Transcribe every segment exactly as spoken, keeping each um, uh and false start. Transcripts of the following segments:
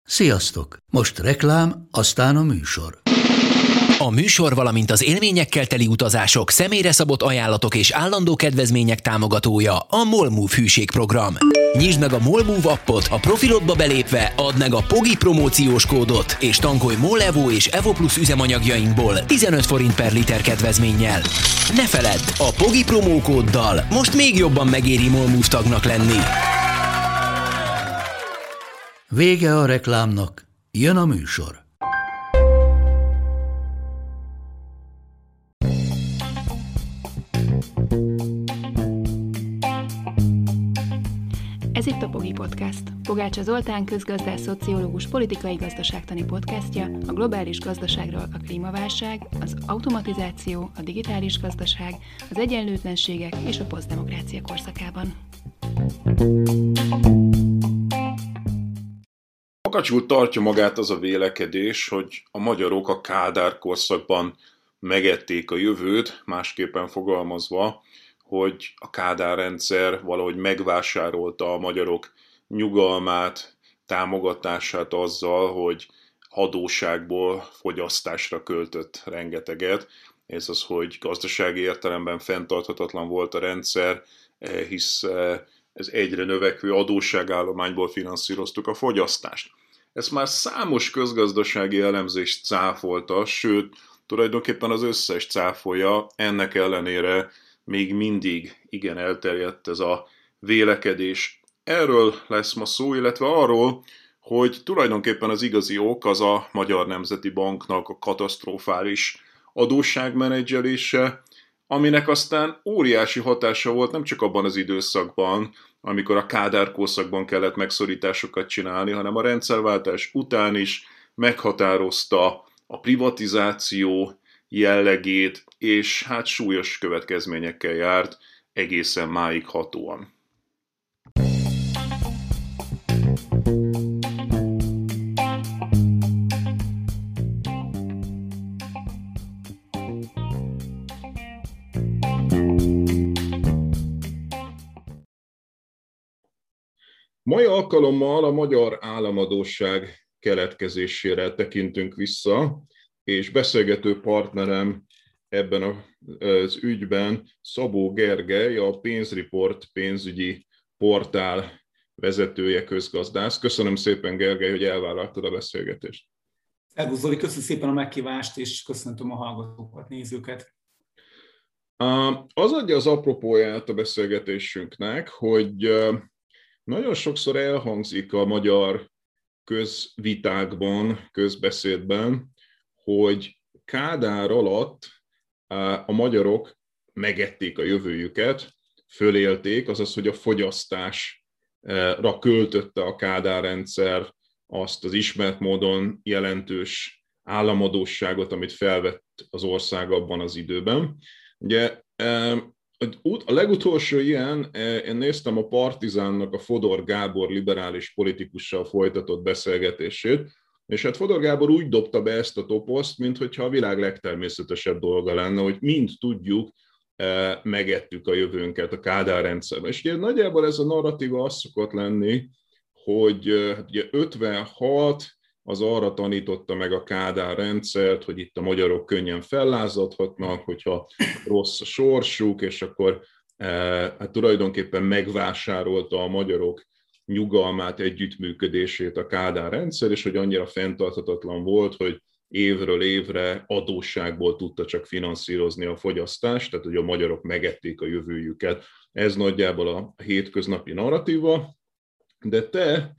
Sziasztok! Most reklám, aztán a műsor. A műsor, valamint az élményekkel teli utazások, személyre szabott ajánlatok és állandó kedvezmények támogatója a MOLMOVE hűségprogram. Nyisd meg a MOLMOVE appot, a profilodba belépve add meg a Pogi promóciós kódot, és tankolj MOL Evo és Evo Plus üzemanyagjainkból tizenöt forint per liter kedvezménnyel. Ne feledd, a Pogi promókóddal most még jobban megéri MOLMOVE tagnak lenni. Vége a reklámnak, jön a műsor. Ez itt a Pogi Podcast. Pogácsa Zoltán közgazdász, szociológus, politikai gazdaságtani podcastja a globális gazdaságról a klímaválság, az automatizáció, a digitális gazdaság, az egyenlőtlenségek és a posztdemokrácia korszakában. Makacsul tartja magát az a vélekedés, hogy a magyarok a Kádár korszakban megették a jövőt, másképpen fogalmazva, hogy a Kádár rendszer valahogy megvásárolta a magyarok nyugalmát, támogatását azzal, hogy adósságból fogyasztásra költött rengeteget. Ez az, hogy gazdasági értelemben fenntarthatatlan volt a rendszer, hisz ez egyre növekvő adósságállományból finanszíroztuk a fogyasztást. Ezt már számos közgazdasági elemzést cáfolta, sőt, tulajdonképpen az összes cáfolja, ennek ellenére még mindig igen elterjedt ez a vélekedés. Erről lesz ma szó, illetve arról, hogy tulajdonképpen az igazi ok az a Magyar Nemzeti Banknak a katasztrofális adósságmenedzselése, aminek aztán óriási hatása volt nem csak abban az időszakban, amikor a Kádár korszakban kellett megszorításokat csinálni, hanem a rendszerváltás után is meghatározta a privatizáció jellegét, és hát súlyos következményekkel járt egészen máig hatóan. Mai alkalommal a magyar államadósság keletkezésére tekintünk vissza, és beszélgető partnerem ebben az ügyben Szabó Gergely, a Pénzreport pénzügyi portál vezetője, közgazdász. Köszönöm szépen, Gergely, hogy elvállaltad a beszélgetést. Szervusz Zoli, köszönöm szépen a meghívást, és köszöntöm a hallgatókat, nézőket. Az adja az apropóját a beszélgetésünknek, hogy nagyon sokszor elhangzik a magyar közvitákban, közbeszédben, hogy Kádár alatt a magyarok megették a jövőjüket, fölélték, azaz, hogy a fogyasztásra költötte a Kádár rendszer azt az ismert módon jelentős államadósságot, amit felvett az ország abban az időben. Ugye a legutolsó ilyen, én néztem a Partizánnak a Fodor Gábor liberális politikussal folytatott beszélgetését, és hát Fodor Gábor úgy dobta be ezt a toposzt, minthogyha a világ legtermészetesebb dolga lenne, hogy mind tudjuk, megettük a jövőnket a Kádár rendszerben. És ugye nagyjából ez a narratíva az szokott lenni, hogy ugye ötvenhat az arra tanította meg a Kádár rendszert, hogy itt a magyarok könnyen fellázadhatnak, hogyha rossz a sorsuk, és akkor hát tulajdonképpen megvásárolta a magyarok nyugalmát, együttműködését a Kádár rendszer, és hogy annyira fenntarthatatlan volt, hogy évről évre adósságból tudta csak finanszírozni a fogyasztást, tehát hogy a magyarok megették a jövőjüket. Ez nagyjából a hétköznapi narratíva, de te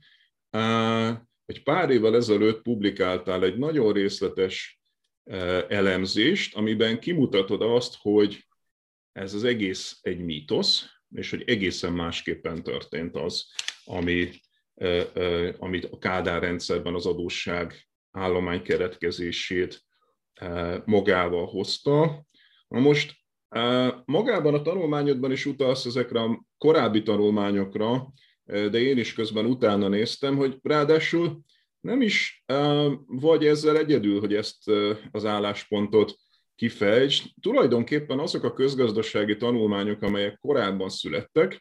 egy pár évvel ezelőtt publikáltál egy nagyon részletes elemzést, amiben kimutatod azt, hogy ez az egész egy mítosz, és hogy egészen másképpen történt az, ami, amit a Kádár rendszerben az adósság állomány keretkezését magával hozta. Na most magában a tanulmányodban is utalsz ezekre a korábbi tanulmányokra, de én is közben utána néztem, hogy ráadásul nem is vagy ezzel egyedül, hogy ezt az álláspontot kifejtsd. Tulajdonképpen azok a közgazdasági tanulmányok, amelyek korábban születtek,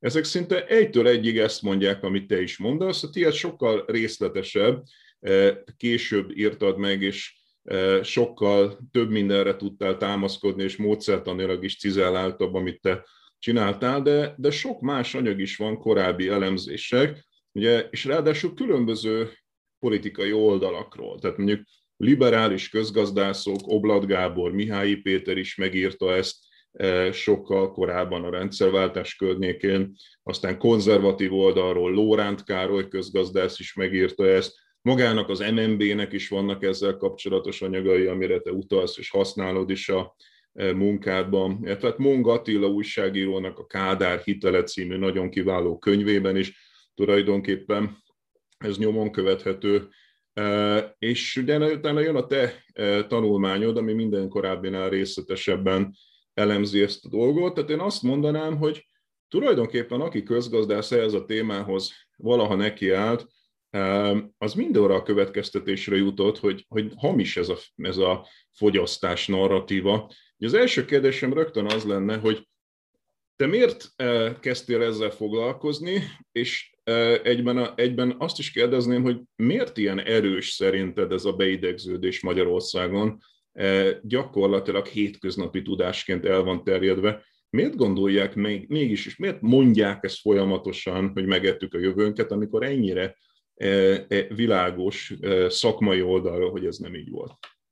ezek szinte egytől egyig ezt mondják, amit te is mondasz, a tiéd sokkal részletesebb, később írtad meg, és sokkal több mindenre tudtál támaszkodni, és módszertanilag is cizelláltabb, amit te csináltál, de, de sok más anyag is van, korábbi elemzések, ugye, és ráadásul különböző politikai oldalakról. Tehát mondjuk liberális közgazdászok, Oblat Gábor, Mihályi Péter is megírta ezt sokkal korábban a rendszerváltás környékén, aztán konzervatív oldalról Lóránt Károly közgazdász is megírta ezt, magának az em en bé-nek is vannak ezzel kapcsolatos anyagai, amire te utalsz, és használod is a munkádban. Tehát Mong Attila újságírónak a Kádár hitele című nagyon kiváló könyvében is tulajdonképpen ez nyomon követhető. És utána jön a te tanulmányod, ami minden korábbinál részletesebben elemzi ezt a dolgot. Tehát én azt mondanám, hogy tulajdonképpen aki közgazdász ehhez a témához valaha nekiállt, az mindenre a következtetésre jutott, hogy, hogy hamis ez a, ez a fogyasztás narratíva. Az első kérdésem rögtön az lenne, hogy te miért kezdtél ezzel foglalkozni, és egyben, egyben azt is kérdezném, hogy miért ilyen erős szerinted ez a beidegződés Magyarországon, gyakorlatilag hétköznapi tudásként el van terjedve. Miért gondolják még, mégis, és miért mondják ezt folyamatosan, hogy megettük a jövőnket, amikor ennyire világos szakmai oldalról, hogy ez nem így volt?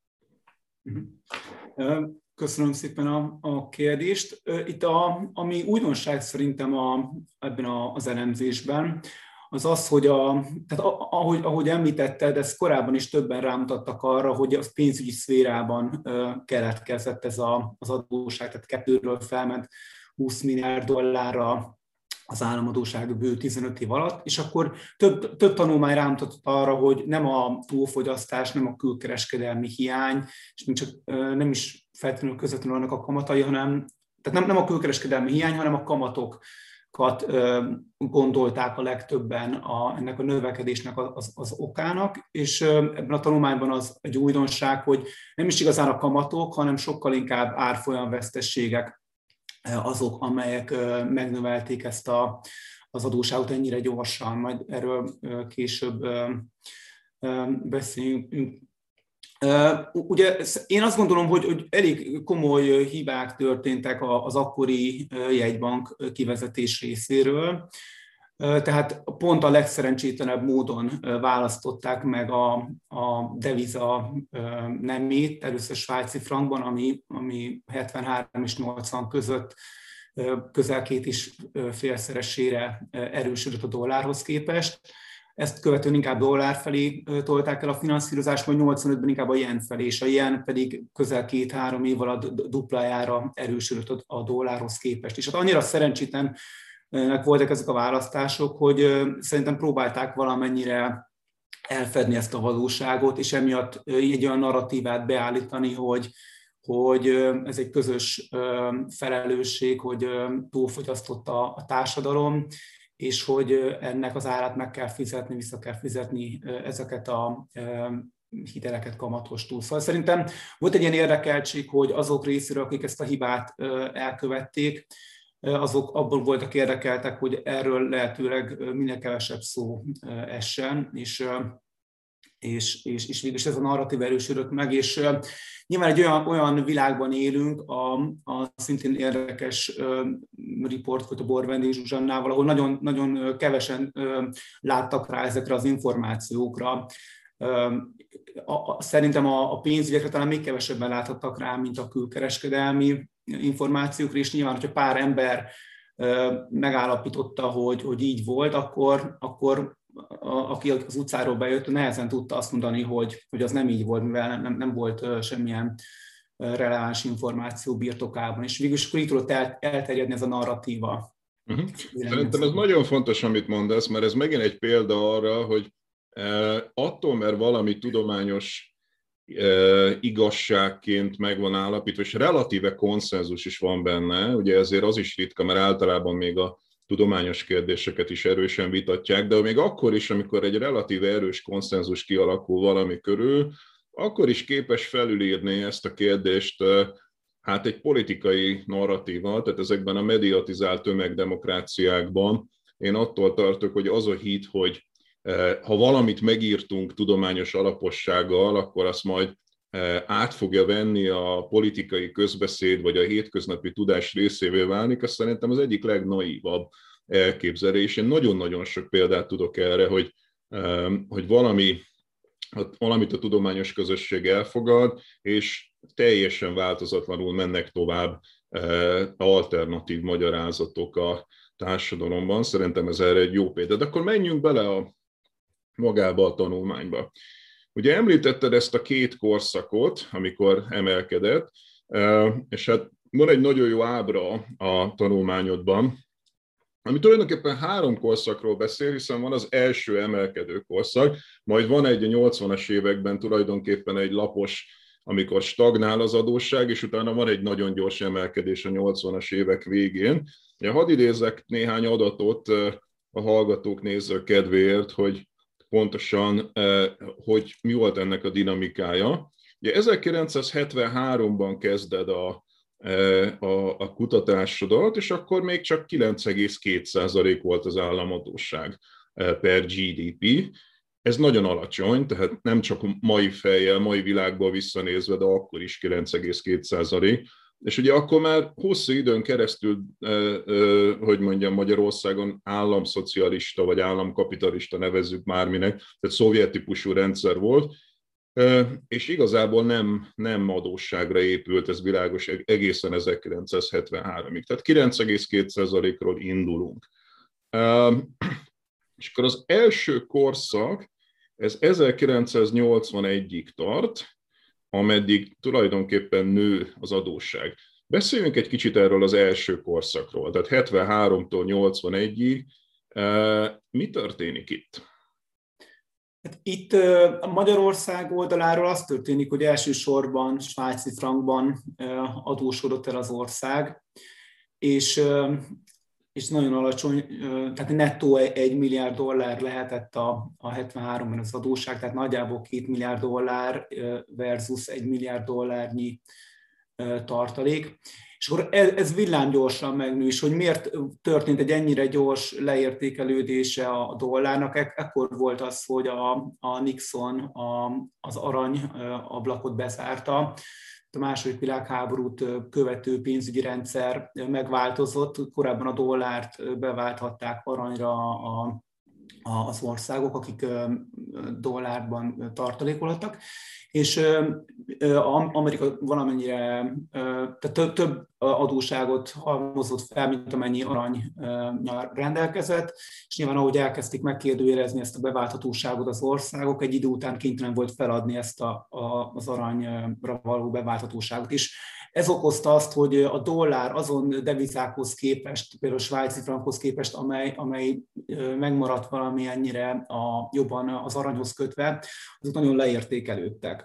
Köszönöm szépen a, a kérdést. Itt a, ami újdonság szerintem a, ebben a, az elemzésben, az az, hogy a, tehát ahogy, ahogy említetted, ezt korábban is többen rámutattak arra, hogy a pénzügyi szférában keletkezett ez a, az adósság, tehát kettőről felment húsz milliárd dollárra az államadóság bő tizenöt év alatt, és akkor több, több tanulmány rámutatott arra, hogy nem a túlfogyasztás, nem a külkereskedelmi hiány, és nem, csak, nem is feltétlenül közvetlenül annak a kamatai, hanem tehát nem, nem a külkereskedelmi hiány, hanem a kamatokat gondolták a legtöbben a, ennek a növekedésnek az, az okának, és ebben a tanulmányban az egy újdonság, hogy nem is igazán a kamatok, hanem sokkal inkább árfolyamveszteségek azok, amelyek megnövelték ezt a, az adósságot ennyire gyorsan, majd erről később beszélünk. Ugye én azt gondolom, hogy, hogy elég komoly hibák történtek az akkori jegybank kivezetés részéről, tehát pont a legszerencsétlenebb módon választották meg a, a deviza nemét, először svájci frankban, ami, ami hetvenhárom és nyolcvan között közel két és félszeresére erősödött a dollárhoz képest. Ezt követően inkább dollár felé tolták el a finanszírozást, majd nyolcvanötben inkább a jen felé, és a jen pedig közel két-három év alatt duplájára erősödött a dollárhoz képest. És hát annyira szerencsétlen voltak ezek a választások, hogy szerintem próbálták valamennyire elfedni ezt a valóságot, és emiatt egy olyan narratívát beállítani, hogy, hogy ez egy közös felelősség, hogy túlfogyasztott a társadalom, és hogy ennek az árát meg kell fizetni, vissza kell fizetni ezeket a hiteleket kamatostul. Szóval szerintem volt egy ilyen érdekeltség, hogy azok részéről, akik ezt a hibát elkövették, azok abból voltak érdekeltek, hogy erről lehetőleg minél kevesebb szó essen, és, és, és, és végülis ez a narratív erősödött meg, és nyilván egy olyan, olyan világban élünk, a, a szintén érdekes riport volt a Borvendi Zsuzsannával, ahol nagyon, nagyon kevesen láttak rá ezekre az információkra. Szerintem a, a pénzügyekre talán még kevesebben láthattak rá, mint a külkereskedelmi információkra, és nyilván, hogyha pár ember megállapította, hogy, hogy így volt, akkor, akkor a, aki az utcáról bejött, nehezen tudta azt mondani, hogy, hogy az nem így volt, mivel nem, nem volt semmilyen releváns információ birtokában, és végülis akkor így tudott el, elterjedni ez a narratíva. Uh-huh. Szerintem ez nagyon fontos, amit mondasz, mert ez megint egy példa arra, hogy attól, mert valami tudományos igazságként meg van állapítva, és relatíve konszenzus is van benne, ugye ezért az is ritka, mert általában még a tudományos kérdéseket is erősen vitatják, de még akkor is, amikor egy relatíve erős konszenzus kialakul valami körül, akkor is képes felülírni ezt a kérdést Hát egy politikai narratíva, tehát ezekben a mediatizált tömegdemokráciákban én attól tartok, hogy az a hit, hogy ha valamit megírtunk tudományos alapossággal, akkor azt majd át fogja venni a politikai közbeszéd, vagy a hétköznapi tudás részévé válni, azt szerintem az egyik legnaívabb elképzelés. Én nagyon-nagyon sok példát tudok erre, hogy, hogy valami, valamit a tudományos közösség elfogad, és teljesen változatlanul mennek tovább alternatív magyarázatok a társadalomban. Szerintem ez erre egy jó példa. De akkor menjünk bele a magába a tanulmányba. Ugye említetted ezt a két korszakot, amikor emelkedett, és hát van egy nagyon jó ábra a tanulmányodban, ami tulajdonképpen három korszakról beszél, hiszen van az első emelkedő korszak, majd van egy a nyolcvanas években tulajdonképpen egy lapos, amikor stagnál az adósság, és utána van egy nagyon gyors emelkedés a nyolcvanas évek végén. Ja, hadd idézzek néhány adatot a hallgatók, nézők kedvéért, hogy pontosan, hogy mi volt ennek a dinamikája. Ugye ezerkilencszázhetvenháromban kezded a, a, a kutatásodat, és akkor még csak kilenc egész két százalék volt az államadósság per gé dé pé. Ez nagyon alacsony, tehát nem csak mai fejjel, mai világból visszanézve, de akkor is kilenc egész két százalék. És ugye akkor már hosszú időn keresztül, hogy mondjam, Magyarországon államszocialista vagy államkapitalista, nevezzük már minek, tehát szovjet típusú rendszer volt, és igazából nem, nem adósságra épült, ez világos, egészen ezerkilencszázhetvenháromig. Tehát kilenc egész két százalékról indulunk. És akkor az első korszak, ez ezerkilencszáznyolcvanegyig tart, ameddig tulajdonképpen nő az adósság. Beszéljünk egy kicsit erről az első korszakról, tehát hetvenháromtól nyolcvanegyig. Mi történik itt? Hát itt a Magyarország oldaláról az történik, hogy elsősorban svájci frankban adósodott el az ország, és, és nagyon alacsony, tehát nettó egy milliárd dollár lehetett a, a hetvenháromban az adósság, tehát nagyjából két milliárd dollár versus egy milliárd dollárnyi tartalék. És akkor ez, ez villámgyorsan megnő, és hogy miért történt egy ennyire gyors leértékelődése a dollárnak, ekkor volt az, hogy a, a Nixon a, az arany ablakot bezárta, a második világháborút követő pénzügyi rendszer megváltozott, korábban a dollárt beválthatták aranyra a, a, az országok, akik dollárban tartalékolhattak, és Amerika valamennyire, tehát több adósságot halmozott fel, mint amennyi aranynyal rendelkezett, és nyilván ahogy elkezdték megkérdőjelezni ezt a beválthatóságot az országok, egy idő után kénytelen volt feladni ezt a, a, az aranyra való beválthatóságot is. Ez okozta azt, hogy a dollár azon devizákhoz képest, például a svájci frankhoz képest, amely, amely megmaradt valamennyire a, jobban az aranyhoz kötve, azok nagyon leértékelődtek.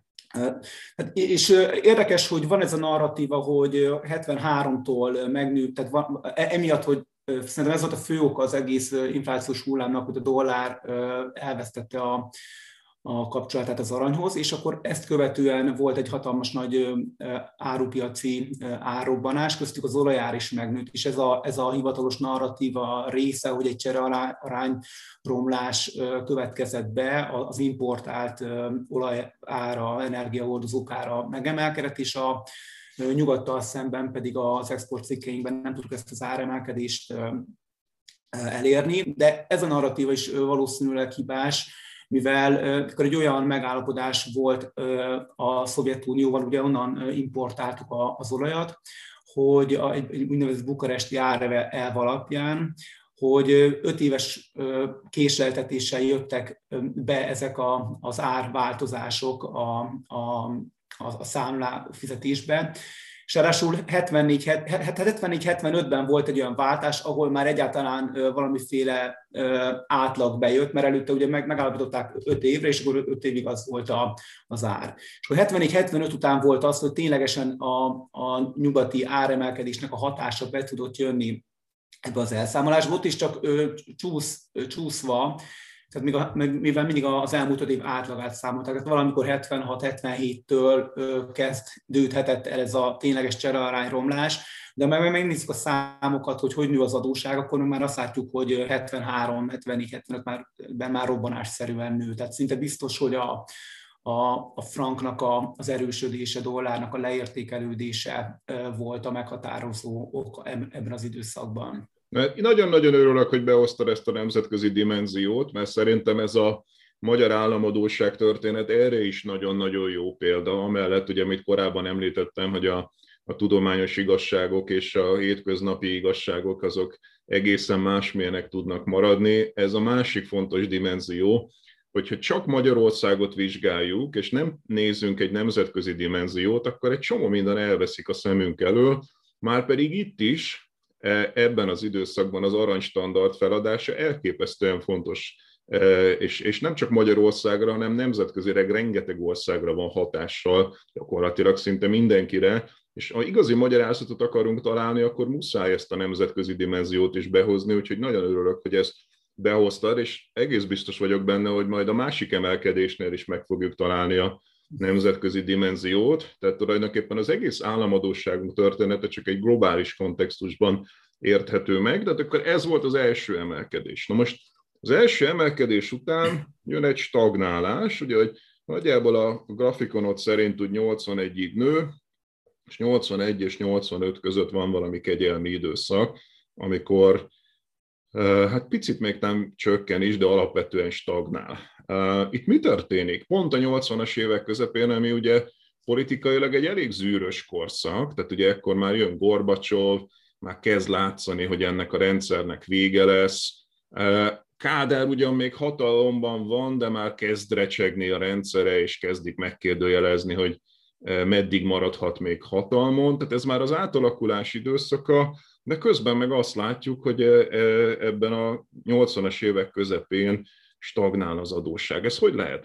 És érdekes, hogy van ez a narratíva, hogy hetvenháromtól megnőtt, tehát van, emiatt, hogy szerintem ez volt a fő oka az egész inflációs hullámnak, hogy a dollár elvesztette a, a kapcsolatát az aranyhoz, és akkor ezt követően volt egy hatalmas nagy árupiaci árrobbanás, köztük az olajár is megnőtt, és ez a, ez a hivatalos narratíva része, hogy egy cserearányromlás következett be, az importált olajára, energiahordozók ára megemelkedett, és a nyugattal szemben pedig az exportcikkeinkben nem tudtuk ezt az áremelkedést elérni, de ez a narratíva is valószínűleg hibás, mivel akkor egy olyan megállapodás volt a Szovjetunióval, ugye onnan importáltuk az olajat, hogy egy úgynevezett bukaresti árelv alapján, hogy öt éves késleltetéssel jöttek be ezek a, az árváltozások a, a, a számlá fizetésbe, és ráadásul hetvennégy hetvenötben volt egy olyan váltás, ahol már egyáltalán valamiféle átlag bejött, mert előtte ugye megállapították öt évre, és akkor öt évig az volt a, az ár. És akkor hetvennégy hetvenöt után volt az, hogy ténylegesen a, a nyugati áremelkedésnek a hatása be tudott jönni ebbe az elszámolásba, ott is csak csúsz, csúszva, Tehát még a, mivel mindig az elmúlt öt év átlagát számolták, tehát valamikor hetvenhat hetvenhéttől kezdődhetett el ez a tényleges cserearány romlás, de meg megnézzük a számokat, hogy hogy nő az adósság, akkor már azt látjuk, hogy hetvenhárom, hetvennégy, hetvenötben már robbanásszerűen nő. Tehát szinte biztos, hogy a, a, a franknak a, az erősödése, dollárnak a leértékelődése volt a meghatározó ok ebben az időszakban. Én nagyon-nagyon örülök, hogy behoztad ezt a nemzetközi dimenziót, mert szerintem ez a magyar államadósság történet erre is nagyon-nagyon jó példa, amellett, ugye, amit korábban említettem, hogy a, a tudományos igazságok és a hétköznapi igazságok azok egészen másmilyenek tudnak maradni. Ez a másik fontos dimenzió, hogyha csak Magyarországot vizsgáljuk, és nem nézzünk egy nemzetközi dimenziót, akkor egy csomó minden elveszik a szemünk elől, márpedig itt is, ebben az időszakban az aranystandard feladása elképesztően fontos, és, és nem csak Magyarországra, hanem nemzetközileg rengeteg országra van hatással, gyakorlatilag szinte mindenkire, és ha igazi magyarázatot akarunk találni, akkor muszáj ezt a nemzetközi dimenziót is behozni, úgyhogy nagyon örülök, hogy ezt behoztad, és egész biztos vagyok benne, hogy majd a másik emelkedésnél is meg fogjuk találni a nemzetközi dimenziót, tehát tulajdonképpen az egész államadósságunk története csak egy globális kontextusban érthető meg, de akkor ez volt az első emelkedés. Na most az első emelkedés után jön egy stagnálás, ugye, hogy nagyjából a grafikonot szerint úgy nyolcvanegyig nő, és nyolcvanegy és nyolcvanöt között van valami kegyelmi időszak, amikor hát picit még nem csökken is, de alapvetően stagnál. Itt mi történik? Pont a nyolcvanas évek közepén, ami ugye politikailag egy elég zűrös korszak, tehát ugye ekkor már jön Gorbacsov, már kezd látszani, hogy ennek a rendszernek vége lesz. Kádár ugyan még hatalomban van, de már kezd recsegni a rendszere, és kezdik megkérdőjelezni, hogy meddig maradhat még hatalmon. Tehát ez már az átalakulás időszaka, de közben meg azt látjuk, hogy ebben a nyolcvanas évek közepén stagnál az adósság. Ez hogy lehet?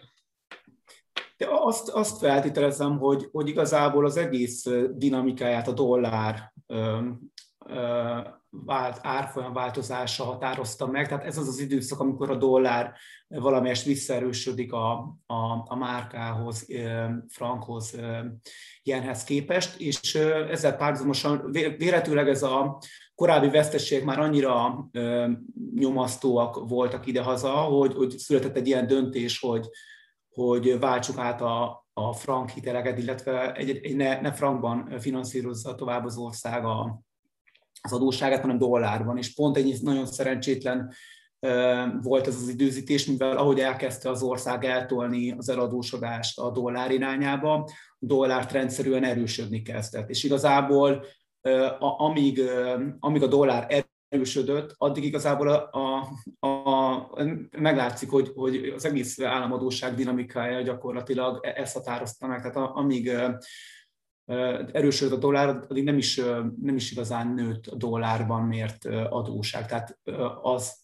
De azt, azt feltételezem, hogy, hogy igazából az egész dinamikáját a dollár ö, ö, vált, árfolyam változása határozta meg. Tehát ez az az időszak, amikor a dollár valamelyest visszaerősödik a, a, a márkához, frankhoz, jenhez képest, és ezzel párhuzamosan véletőleg ez a korábbi veszteségek már annyira nyomasztóak voltak idehaza, hogy, hogy született egy ilyen döntés, hogy, hogy váltsuk át a, a frank hiteleket, illetve egy, egy ne, ne frankban finanszírozza tovább az ország a, az adósságát, hanem dollárban, és pont egy nagyon szerencsétlen volt ez az időzítés, mivel ahogy elkezdte az ország eltolni az eladósodást a dollár irányába, a dollár rendszerűen erősödni kezdett. És igazából amíg, amíg a dollár erősödött, addig igazából a, a, a, meglátszik, hogy, hogy az egész államadósság dinamikája gyakorlatilag ezt határozta meg. Tehát amíg erősödött a dollár, addig nem is, nem is igazán nőtt a dollárban mért adósság. Tehát az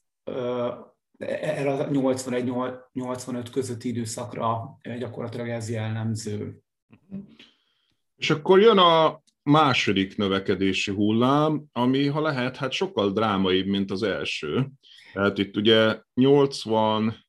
erre a nyolcvanegy nyolcvanöt közötti időszakra gyakorlatilag ez jellemző. És akkor jön a második növekedési hullám, ami, ha lehet, hát sokkal drámaibb, mint az első. Tehát itt ugye nyolcvanötben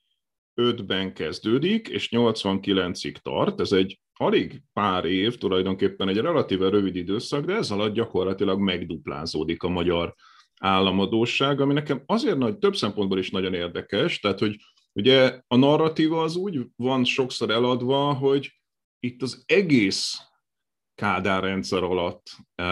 kezdődik, és nyolcvankilencig tart. Ez egy alig pár év, tulajdonképpen egy relatíve rövid időszak, de ez alatt gyakorlatilag megduplázódik a magyar államadósság, ami nekem azért nagy, több szempontból is nagyon érdekes, tehát hogy ugye a narratíva az úgy van sokszor eladva, hogy itt az egész Kádár rendszer alatt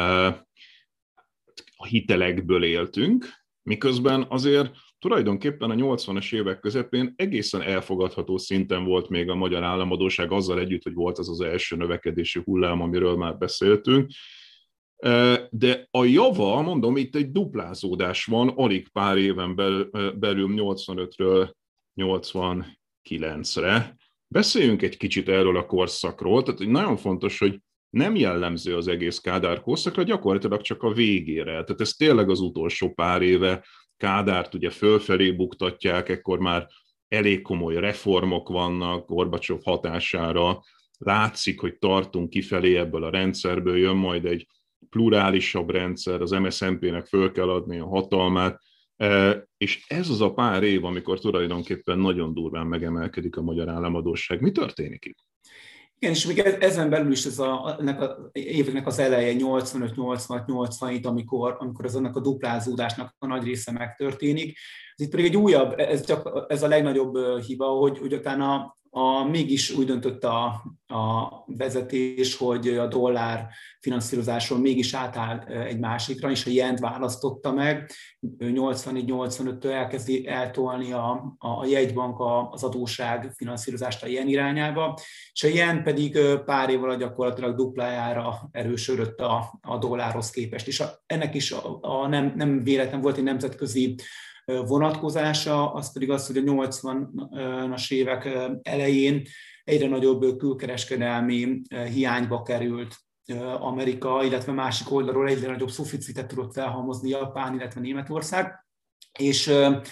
a hitelekből éltünk, miközben azért tulajdonképpen a nyolcvanas évek közepén egészen elfogadható szinten volt még a magyar államadósság, azzal együtt, hogy volt az az első növekedési hullám, amiről már beszéltünk. De a java, mondom, itt egy duplázódás van, alig pár éven belül nyolcvanötről nyolcvankilencre. Beszéljünk egy kicsit erről a korszakról, tehát nagyon fontos, hogy nem jellemző az egész Kádár korszakra, gyakorlatilag csak a végére. Tehát ez tényleg az utolsó pár éve Kádárt ugye fölfelé buktatják, ekkor már elég komoly reformok vannak Gorbacsov hatására, látszik, hogy tartunk kifelé ebből a rendszerből, jön majd egy plurálisabb rendszer, az em es zé en pé-nek föl kell adni a hatalmát, És ez az a pár év, amikor tulajdonképpen nagyon durván megemelkedik a magyar államadósság. Mi történik itt? Igen, és még ezen belül is ez a, ennek a éveknek az eleje, nyolcvanöt nyolcvanhat nyolcvanhét, amikor, amikor az annak a duplázódásnak a nagy része megtörténik. Ez itt pedig egy újabb, ez, csak, ez a legnagyobb hiba, hogy, hogy utána a, mégis úgy döntött a, a vezetés, hogy a dollár finanszírozáson mégis átáll egy másikra, és a jent választotta meg. nyolcvannégy nyolcvanöttől elkezdi eltolni a, a jegybank az adósság finanszírozást a jen irányába, és a jen pedig pár év alatt gyakorlatilag duplájára erősödött a, a dollárhoz képest. És a, ennek is a, a nem, nem véletlen volt egy nemzetközi vonatkozása, az pedig az, hogy a nyolcvanas évek elején egyre nagyobb külkereskedelmi hiányba került Amerika, illetve másik oldalról egyre nagyobb szuficitet tudott felhalmozni Japán, illetve Németország, és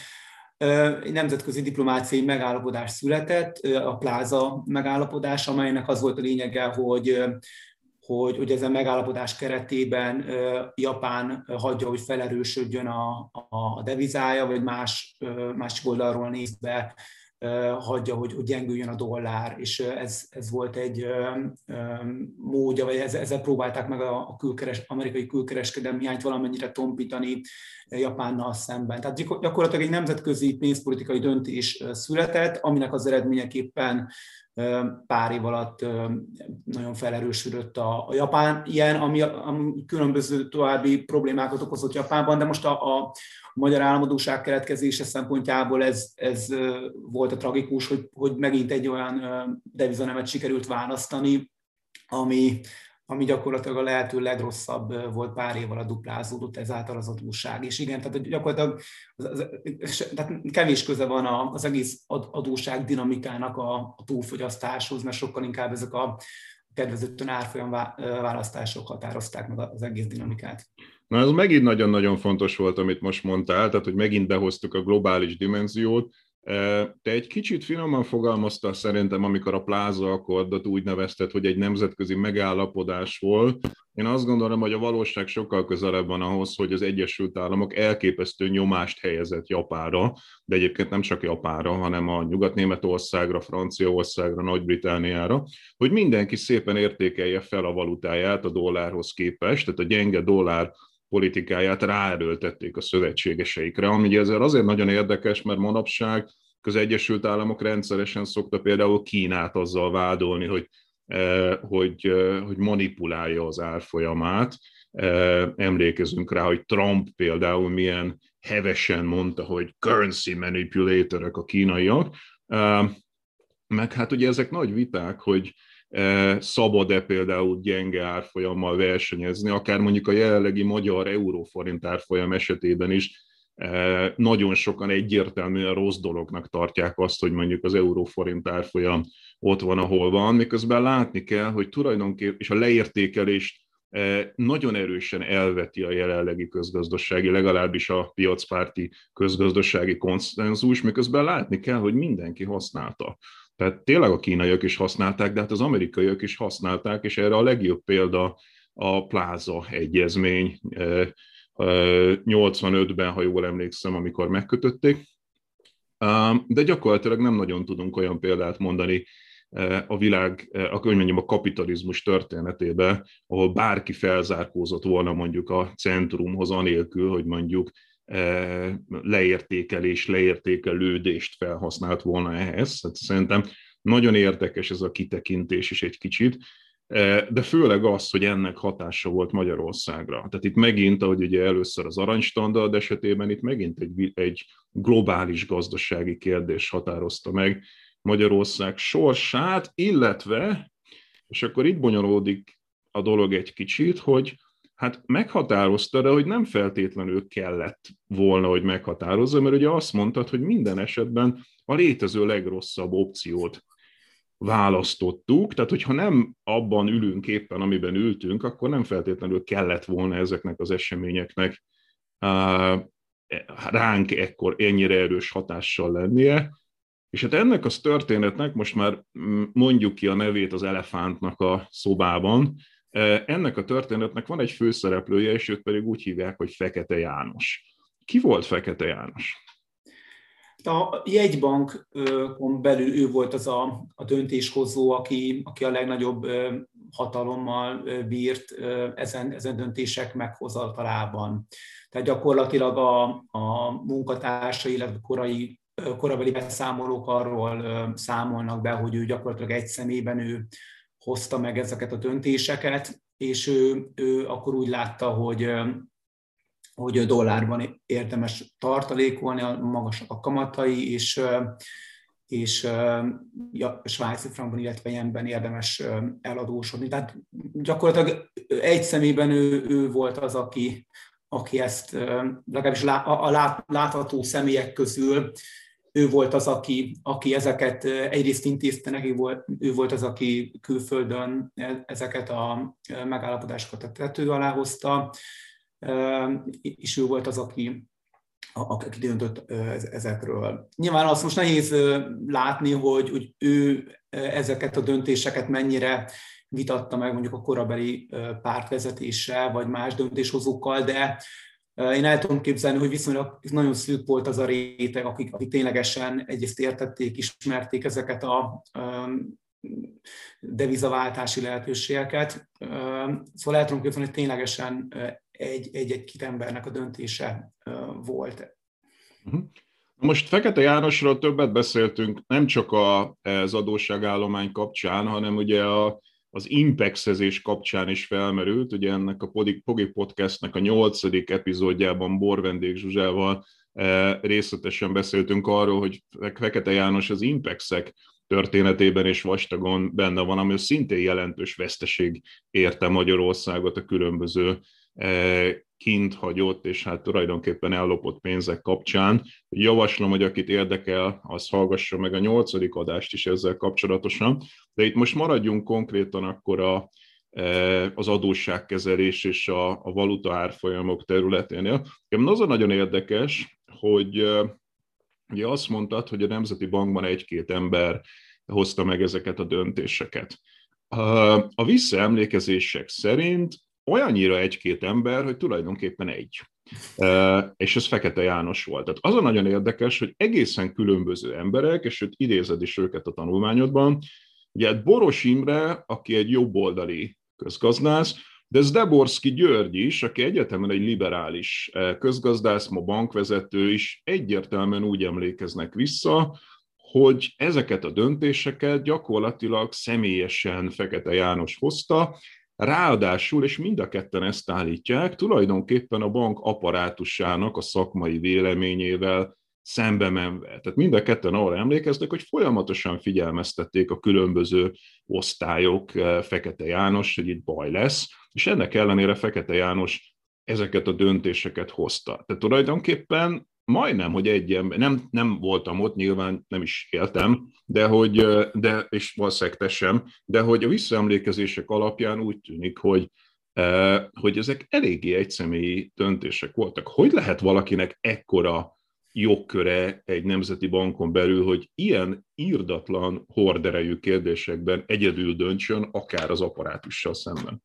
egy nemzetközi diplomáciai megállapodás született, a Pláza megállapodás, amelynek az volt a lényege, hogy hogy, hogy ezen megállapodás keretében Japán hagyja, hogy felerősödjön a, a devizája, vagy más, másik oldalról nézve hagyja, hogy, hogy gyengüljön a dollár, és ez, ez volt egy módja, vagy ezzel próbálták meg a, a külkeres, amerikai külkereskedelmi hiányt valamennyire tompítani Japánnal szemben. Tehát gyakorlatilag egy nemzetközi pénzpolitikai döntés született, aminek az eredményeképpen pár év alatt nagyon felerősödött a, a japán jen, ami, ami különböző további problémákat okozott Japánban, de most a, a magyar államadósság keletkezése szempontjából ez, ez volt a tragikus, hogy, hogy megint egy olyan devizanemet sikerült választani, ami, ami gyakorlatilag a lehető legrosszabb volt, pár év alatt duplázódott ezáltal az adósság. És igen, tehát gyakorlatilag az, az, tehát kevés köze van az egész adósság dinamikának a, a túlfogyasztáshoz, mert sokkal inkább ezek a kedvezőtlen árfolyam választások határozták meg az egész dinamikát. Na, ez megint nagyon-nagyon fontos volt, amit most mondtál, tehát hogy megint behoztuk a globális dimenziót. Te egy kicsit finoman fogalmaztál szerintem, amikor a Pláza Akkordot úgy nevezted, hogy egy nemzetközi megállapodás volt. Én azt gondolom, hogy a valóság sokkal közelebb van ahhoz, hogy az Egyesült Államok elképesztő nyomást helyezett Japánra, de egyébként nem csak Japánra, hanem a Nyugat-Németországra, Franciaországra, Nagy-Britanniára, hogy mindenki szépen értékelje fel a valutáját a dollárhoz képest, tehát a gyenge dollár politikáját ráerőltették a szövetségeseikre, ami ezzel azért nagyon érdekes, mert manapság az Egyesült Államok rendszeresen szokta például Kínát azzal vádolni, hogy, eh, hogy, eh, hogy manipulálja az árfolyamát. Eh, emlékezünk rá, hogy Trump például milyen hevesen mondta, hogy currency manipulatorok a kínaiak, eh, meg hát ugye ezek nagy viták, hogy szabad-e például gyenge árfolyammal versenyezni, akár mondjuk a jelenlegi magyar euróforint árfolyam esetében is nagyon sokan egyértelműen rossz dolognak tartják azt, hogy mondjuk az euróforint árfolyam ott van, ahol van, miközben látni kell, hogy tulajdonképpen, és a leértékelést nagyon erősen elveti a jelenlegi közgazdasági, legalábbis a piacpárti közgazdasági konszenzus, miközben látni kell, hogy mindenki használta. Tehát tényleg a kínaiak is használták, de hát az amerikaiak is használták, és erre a legjobb példa a Pláza egyezmény nyolcvanötben, ha jól emlékszem, amikor megkötötték. De gyakorlatilag nem nagyon tudunk olyan példát mondani a világ, akkor mondjam, a kapitalizmus történetében, ahol bárki felzárkózott volna mondjuk a centrumhoz, anélkül, hogy mondjuk leértékelés, leértékelődést felhasznált volna ehhez. Hát szerintem nagyon érdekes ez a kitekintés is egy kicsit, de főleg az, hogy ennek hatása volt Magyarországra. Tehát itt megint, ahogy ugye először az aranystandard esetében, itt megint egy, egy globális gazdasági kérdés határozta meg Magyarország sorsát, illetve, és akkor itt bonyolódik a dolog egy kicsit, hogy hát meghatározta, de hogy nem feltétlenül kellett volna, hogy meghatározza, mert ugye azt mondtad, hogy minden esetben a létező legrosszabb opciót választottuk, tehát hogyha nem abban ülünk éppen, amiben ültünk, akkor nem feltétlenül kellett volna ezeknek az eseményeknek ránk ekkor ennyire erős hatással lennie. És hát ennek az történetnek, most már mondjuk ki a nevét az elefántnak a szobában, ennek a történetnek van egy főszereplője, és őt pedig úgy hívják, hogy Fekete János. ki volt Fekete János? A jegybankon belül ő volt az a, a döntéshozó, aki, aki a legnagyobb hatalommal bírt ezen, ezen döntések meghozatalában. Tehát gyakorlatilag a, a munkatársai, illetve korai, korabeli beszámolók arról számolnak be, hogy ő gyakorlatilag egy személyben ő hozta meg ezeket a döntéseket, és ő, ő akkor úgy látta, hogy hogy dollárban érdemes tartalékolni, magasak a kamatai, és, és ja, svájci frankban, illetve jenben érdemes eladósodni. Tehát gyakorlatilag egy személyben ő, ő volt az, aki, aki ezt, legalábbis a látható személyek közül, ő volt az, aki, aki ezeket egyrészt intézte, neki volt, ő volt az, aki külföldön ezeket a megállapodásokat a tető alá hozta, és ő volt az, aki, aki döntött ezekről. Nyilván azt most nehéz látni, hogy, hogy ő ezeket a döntéseket mennyire vitatta meg mondjuk a korabeli pártvezetéssel, vagy más döntéshozókkal, de én el tudom képzelni, hogy viszonylag nagyon szűk volt az a réteg, akik, akik ténylegesen egyrészt értették, ismerték ezeket a devizaváltási lehetőségeket. Szóval el tudom képzelni, hogy ténylegesen egy-egy-két embernek a döntése volt. Most Fekete Jánosról többet beszéltünk, nem csak az adósságállomány kapcsán, hanem ugye a, az impexezés kapcsán is felmerült. Ugye ennek a Pogi Podcastnek a nyolcadik epizódjában Bor Vendég Zsuzsával részletesen beszéltünk arról, hogy Fekete János az impexek történetében és vastagon benne van, ami szintén jelentős veszteség érte Magyarországot a különböző kint hagyott, és hát tulajdonképpen ellopott pénzek kapcsán. Javaslom, hogy akit érdekel, az hallgassa meg a nyolcadik adást is ezzel kapcsolatosan. De itt most maradjunk konkrétan akkor a, az adósságkezelés és a, a valuta árfolyamok területénél. Az a nagyon érdekes, hogy ugye azt mondtad, hogy a Nemzeti Bankban egy-két ember hozta meg ezeket a döntéseket. A visszaemlékezések szerint olyannyira egy-két ember, hogy tulajdonképpen egy. És ez Fekete János volt. Tehát az a nagyon érdekes, hogy egészen különböző emberek, és őt idézed is őket a tanulmányodban, ugye Boros Imre, aki egy jobboldali közgazdász, de Zdeborszky György is, aki egyetemen egy liberális közgazdász, ma bankvezető is, egyértelműen úgy emlékeznek vissza, hogy ezeket a döntéseket gyakorlatilag személyesen Fekete János hozta, ráadásul, és mind a ketten ezt állítják, tulajdonképpen a bank apparátusának a szakmai véleményével szembe menve. Tehát mind a ketten arra emlékeznek, hogy folyamatosan figyelmeztették a különböző osztályok Fekete János, hogy itt baj lesz, és ennek ellenére Fekete János ezeket a döntéseket hozta. Tehát tulajdonképpen majdnem, hogy egy ember, nem, nem voltam ott, nyilván nem is éltem, de hogy, de, és valószínűleg te sem, de hogy a visszaemlékezések alapján úgy tűnik, hogy, hogy ezek eléggé egyszemélyi döntések voltak. Hogy lehet valakinek ekkora jogköre egy nemzeti bankon belül, hogy ilyen irdatlan horderejű kérdésekben egyedül döntsön, akár az apparátussal szemben?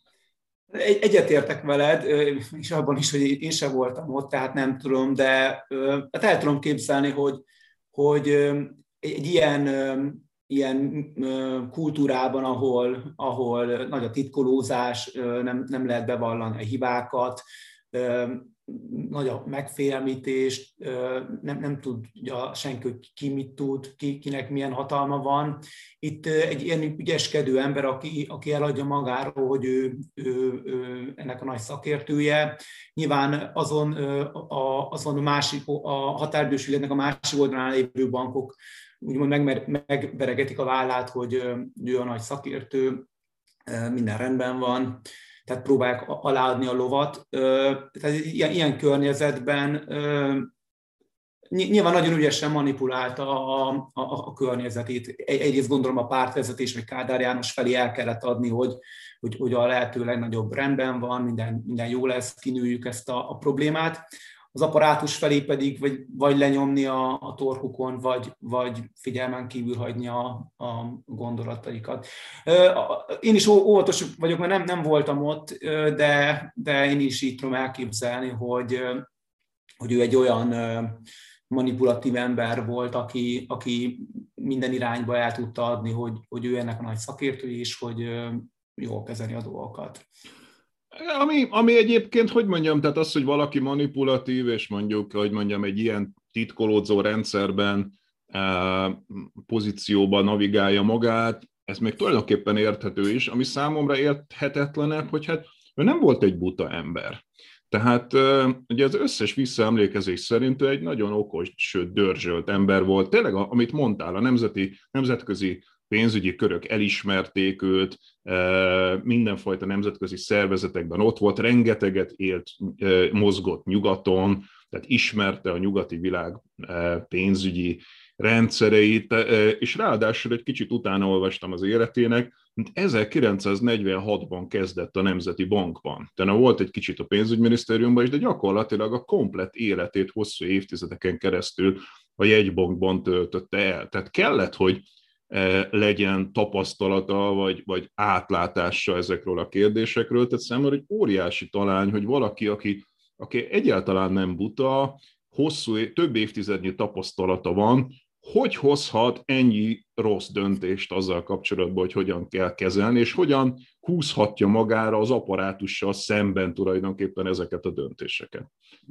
Egyetértek veled, és abban is, hogy én sem voltam ott, tehát nem tudom, de hát el tudom képzelni, hogy, hogy egy ilyen, ilyen kultúrában, ahol, ahol nagy a titkolózás, nem, nem lehet bevallani a hibákat, nagy a megfélemlítés, nem, nem tudja senki, hogy ki mit tud, ki, kinek milyen hatalma van. Itt egy ilyen ügyeskedő ember, aki, aki eladja magáról, hogy ő, ő, ő ennek a nagy szakértője. Nyilván azon a, azon a másik, a határidős ügyletnek a másik oldalán lévő bankok úgymond megmer, megveregetik a vállát, hogy ő a nagy szakértő, minden rendben van. Tehát próbálják aláadni a lovat. Tehát ilyen, ilyen környezetben nyilván nagyon ügyesen manipulálta a, a, a környezetét. Egyrészt gondolom a pártvezetés, vagy Kádár János felé el kellett adni, hogy, hogy, hogy a lehető legnagyobb rendben van, minden, minden jó lesz, kinőjük ezt a, a problémát. Az apparátus felé pedig vagy, vagy lenyomni a, a torkukon, vagy, vagy figyelmen kívül hagyni a, a gondolataikat. Én is óvatos vagyok, mert nem, nem voltam ott, de, de én is így tudom elképzelni, hogy, hogy ő egy olyan manipulatív ember volt, aki, aki minden irányba el tudta adni, hogy, hogy ő ennek a nagy szakértője is, hogy jól kezeli a dolgokat. Ami, ami egyébként, hogy mondjam, tehát az, hogy valaki manipulatív, és mondjuk, hogy mondjam, egy ilyen titkolódzó rendszerben, pozícióban navigálja magát, ez még tulajdonképpen érthető is, ami számomra érthetetlenebb, hogy hát ő nem volt egy buta ember. Tehát ugye az összes visszaemlékezés szerint ő egy nagyon okos, sőt dörzsölt ember volt. Tényleg, amit mondtál, a nemzeti, nemzetközi pénzügyi körök elismerték őt, mindenfajta nemzetközi szervezetekben ott volt, rengeteget élt, mozgott nyugaton, tehát ismerte a nyugati világ pénzügyi rendszereit, és ráadásul egy kicsit utána olvastam az életének, mint ezerkilencszáznegyvenhatban kezdett a Nemzeti Bankban. Tehát volt egy kicsit a pénzügyminisztériumban is, de gyakorlatilag a komplett életét hosszú évtizedeken keresztül a jegybankban töltötte el. Tehát kellett, hogy legyen tapasztalata, vagy, vagy átlátása ezekről a kérdésekről. Tehát számomra egy óriási talány, hogy valaki, aki, aki egyáltalán nem buta, hosszú, több évtizednyi tapasztalata van, hogy hozhat ennyi rossz döntést azzal kapcsolatban, hogy hogyan kell kezelni, és hogyan húzhatja magára az apparátussal szemben tulajdonképpen ezeket a döntéseket.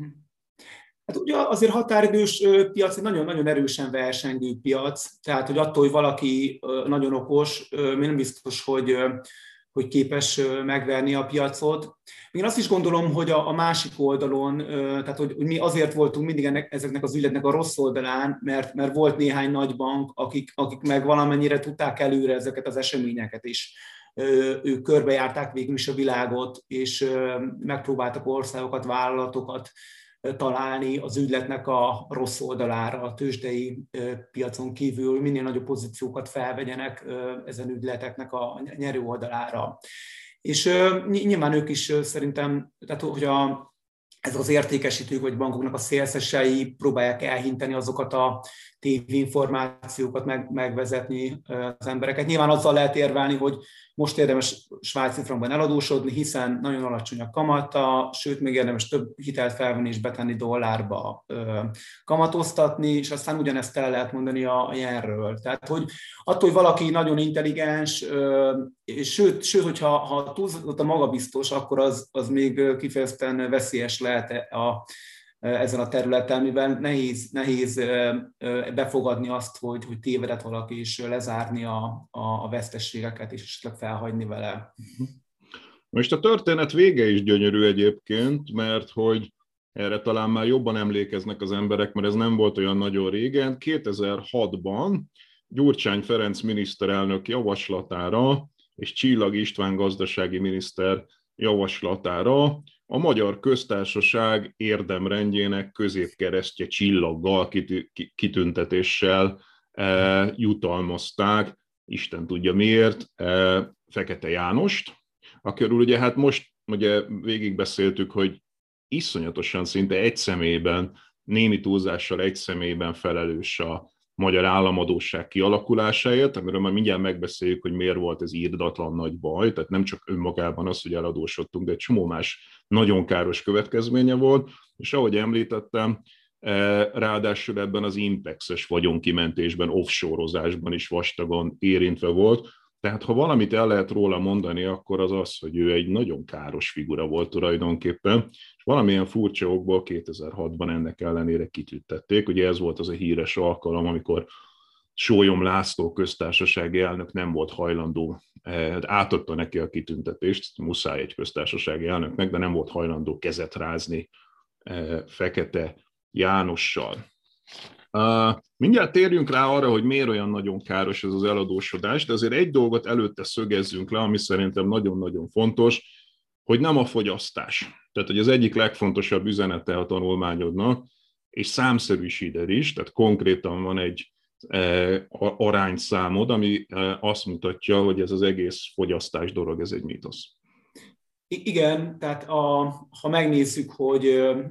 Hát ugye azért határidős piac egy nagyon-nagyon erősen versengő piac, tehát hogy attól, hogy valaki nagyon okos, nem biztos, hogy, hogy képes megverni a piacot. Én azt is gondolom, hogy a, a másik oldalon, tehát hogy, hogy mi azért voltunk mindig ennek, ezeknek az ügyletnek a rossz oldalán, mert, mert volt néhány nagy bank, akik, akik meg valamennyire tudták előre ezeket az eseményeket is. Ők körbejárták végül is a világot, és megpróbáltak országokat, vállalatokat találni az ügyletnek a rossz oldalára, a tőzsdei piacon kívül minél nagyobb pozíciókat felvegyenek ezen ügyleteknek a nyerő oldalára. És nyilván ők is szerintem, tehát hogy a, ezek az értékesítők vagy bankoknak a szélszesei próbálják elhinteni azokat a tévinformációkat, meg, megvezetni az embereket. Nyilván azzal lehet érvelni, hogy most érdemes svájci frankban eladósodni, hiszen nagyon alacsony a kamata, sőt, még érdemes több hitelt felvenni és betenni dollárba kamatoztatni, és aztán ugyanezt el lehet mondani a jenről. Tehát, hogy attól, hogy valaki nagyon intelligens, és sőt, sőt hogyha ha túlzott a magabiztos, akkor az, az még kifejezetten veszélyes lehet a ezen a területen, mivel nehéz, nehéz befogadni azt, hogy, hogy tévedett valaki, és lezárni a, a veszteségeket, és esetleg felhagyni vele. Most a történet vége is gyönyörű egyébként, mert hogy erre talán már jobban emlékeznek az emberek, mert ez nem volt olyan nagyon régen. kétezer-hatban Gyurcsány Ferenc miniszterelnök javaslatára és Csillag István gazdasági miniszter javaslatára a Magyar Köztársaság érdemrendjének középkeresztje csillaggal, kitüntetéssel e, jutalmazták, Isten tudja miért, e, Fekete Jánost, akiről ugye hát most ugye végigbeszéltük, hogy iszonyatosan szinte egy személyben, némi túlzással egy személyben felelős a magyar államadósság kialakulásáért, amiről már mindjárt megbeszéljük, hogy miért volt ez írdatlan nagy baj, tehát nem csak önmagában az, hogy eladósodtunk, de egy csomó más nagyon káros következménye volt, és ahogy említettem, ráadásul ebben az impexes vagyonkimentésben, offshore-ozásban is vastagon érintve volt, tehát ha valamit el lehet róla mondani, akkor az az, hogy ő egy nagyon káros figura volt tulajdonképpen, és valamilyen furcsa okból kétezer-hatban ennek ellenére kitüntették. Ugye ez volt az a híres alkalom, amikor Sólyom László köztársasági elnök nem volt hajlandó, átadta neki a kitüntetést, muszáj egy köztársasági elnöknek, de nem volt hajlandó kezet rázni Fekete Jánossal. Uh, mindjárt térjünk rá arra, hogy miért olyan nagyon káros ez az eladósodás, de azért egy dolgot előtte szögezzünk le, ami szerintem nagyon-nagyon fontos, hogy nem a fogyasztás. Tehát, hogy az egyik legfontosabb üzenete a tanulmányodnak, és számszerűsíted is, tehát konkrétan van egy e, arányszámod, ami e, azt mutatja, hogy ez az egész fogyasztás dolog, ez egy mítosz. Igen, tehát a, ha megnézzük, hogy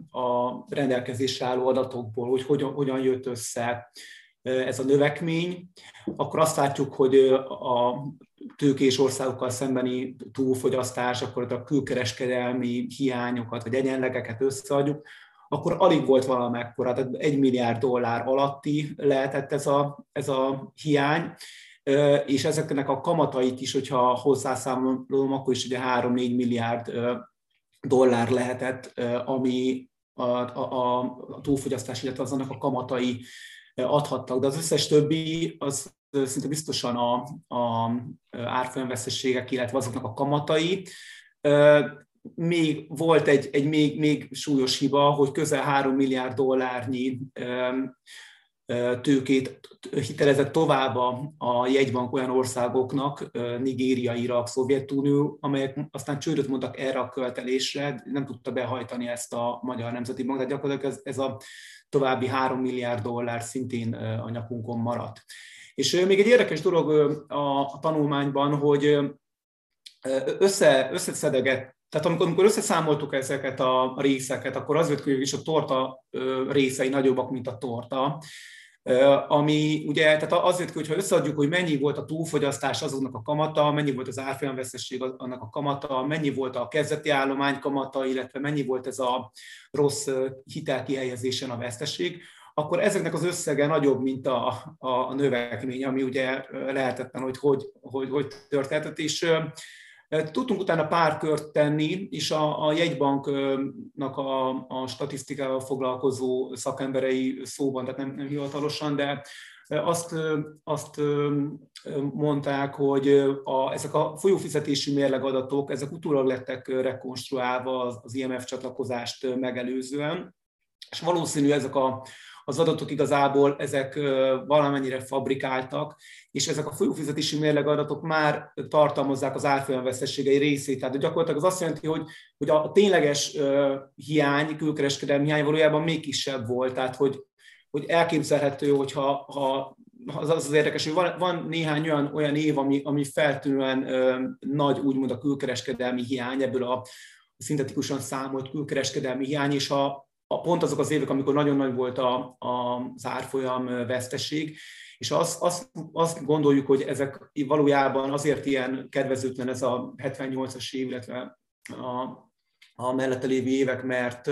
a rendelkezésre álló adatokból, hogy hogyan, hogyan jött össze ez a növekmény, akkor azt látjuk, hogy a tőkés országokkal szembeni túlfogyasztás, akkor a külkereskedelmi hiányokat vagy egyenlegeket összeadjuk, akkor alig volt valamekkora, tehát egy milliárd dollár alatti lehetett ez a, ez a hiány, és ezeknek a kamatait is, hogyha hozzászámolom, akkor is ugye három-négy milliárd dollár lehetett, ami a, a, a túlfogyasztás, illetve az annak a kamatai adhattak, de az összes többi az szinte biztosan a, a árfolyamveszteségek, illetve azoknak a kamatai. Még volt egy, egy még, még súlyos hiba, hogy közel három milliárd dollárnyi tőkét hitelezett tovább a jegybank olyan országoknak, Nigéria, Irak, Szovjetunió, amelyek aztán csődöt mondtak erre a követelésre, nem tudta behajtani ezt a Magyar Nemzeti Bank, de gyakorlatilag ez, ez a további három milliárd dollár szintén a nyakunkon maradt. És még egy érdekes dolog a tanulmányban, hogy össze, összeszedegett, tehát amikor, amikor összeszámoltuk ezeket a részeket, akkor az jött ki, hogy is a torta részei nagyobbak, mint a torta, ami ugye, tehát az jött ki, hogyha összeadjuk, hogy mennyi volt a túlfogyasztás azoknak a kamata, mennyi volt az árfolyamveszteség annak a kamata, mennyi volt a kezdeti állomány kamata, illetve mennyi volt ez a rossz hitelkihelyezésen a veszteség, akkor ezeknek az összege nagyobb, mint a, a, a növekmény, ami ugye lehetetlen, hogy hogy, hogy, hogy történhetett. És tudtunk utána pár kört tenni, és a, a jegybanknak a, a statisztikával foglalkozó szakemberei szóban, tehát nem, nem hivatalosan, de azt, azt mondták, hogy a, ezek a folyófizetési mérlegadatok, ezek utólag lettek rekonstruálva az, az I M F csatlakozást megelőzően, és valószínű ezek a az adatok igazából ezek valamennyire fabrikáltak, és ezek a folyófizetési mérlegadatok már tartalmazzák az árfolyamveszteségei részét. Tehát gyakorlatilag az azt jelenti, hogy, hogy a tényleges hiány, külkereskedelmi hiány valójában még kisebb volt. Tehát, hogy, hogy elképzelhető, hogyha ha, az az érdekes, hogy van, van néhány olyan, olyan év, ami, ami feltűnően nagy, úgymond a külkereskedelmi hiány, ebből a szintetikusan számolt külkereskedelmi hiány, és a A pont azok az évek, amikor nagyon nagy volt a, a, az árfolyam veszteség, és azt, azt, azt gondoljuk, hogy ezek valójában azért ilyen kedvezőtlen ez a hetvennyolcas év, illetve a, a mellette lévő évek, mert,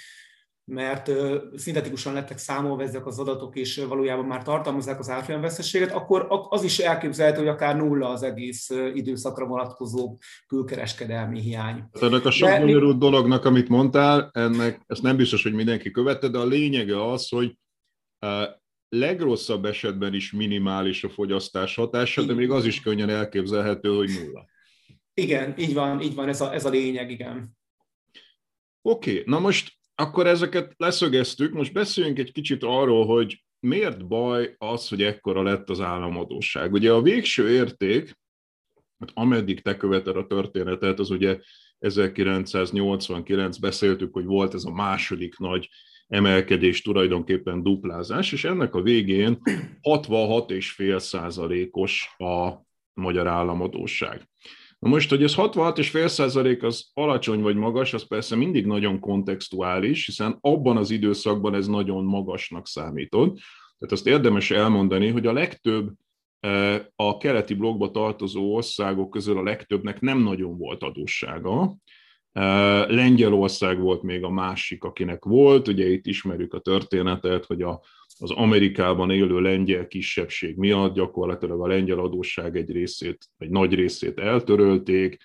mert szintetikusan lettek számolva ezek az adatok, és valójában már tartalmazzák az árfolyamveszteséget, akkor az is elképzelhető, hogy akár nulla az egész időszakra vonatkozó külkereskedelmi hiány. Ennek a sok bonyolult dolognak, amit mondtál, ennek, ezt nem biztos, hogy mindenki követte, de a lényege az, hogy a legrosszabb esetben is minimális a fogyasztás hatása, de még az is könnyen elképzelhető, hogy nulla. Igen, így van, így van, ez a, ez a lényeg, igen. Oké, okay, na most akkor ezeket leszögeztük, most beszéljünk egy kicsit arról, hogy miért baj az, hogy ekkora lett az államadósság. Ugye a végső érték, hát ameddig te követed a történetet, az ugye ezerkilencszáznyolcvankilenc beszéltük, hogy volt ez a második nagy emelkedés, tulajdonképpen duplázás, és ennek a végén hatvanhat egész öt százalékos a magyar államadósság. Na most, hogy ez hatvanhat egész öt százalék az alacsony vagy magas, az persze mindig nagyon kontextuális, hiszen abban az időszakban ez nagyon magasnak számított. Tehát azt érdemes elmondani, hogy a legtöbb a keleti blokkba tartozó országok közül a legtöbbnek nem nagyon volt adóssága. Lengyelország volt még a másik, akinek volt, ugye itt ismerjük a történetet, hogy a, az Amerikában élő lengyel kisebbség miatt gyakorlatilag a lengyel adósság egy részét, egy nagy részét eltörölték.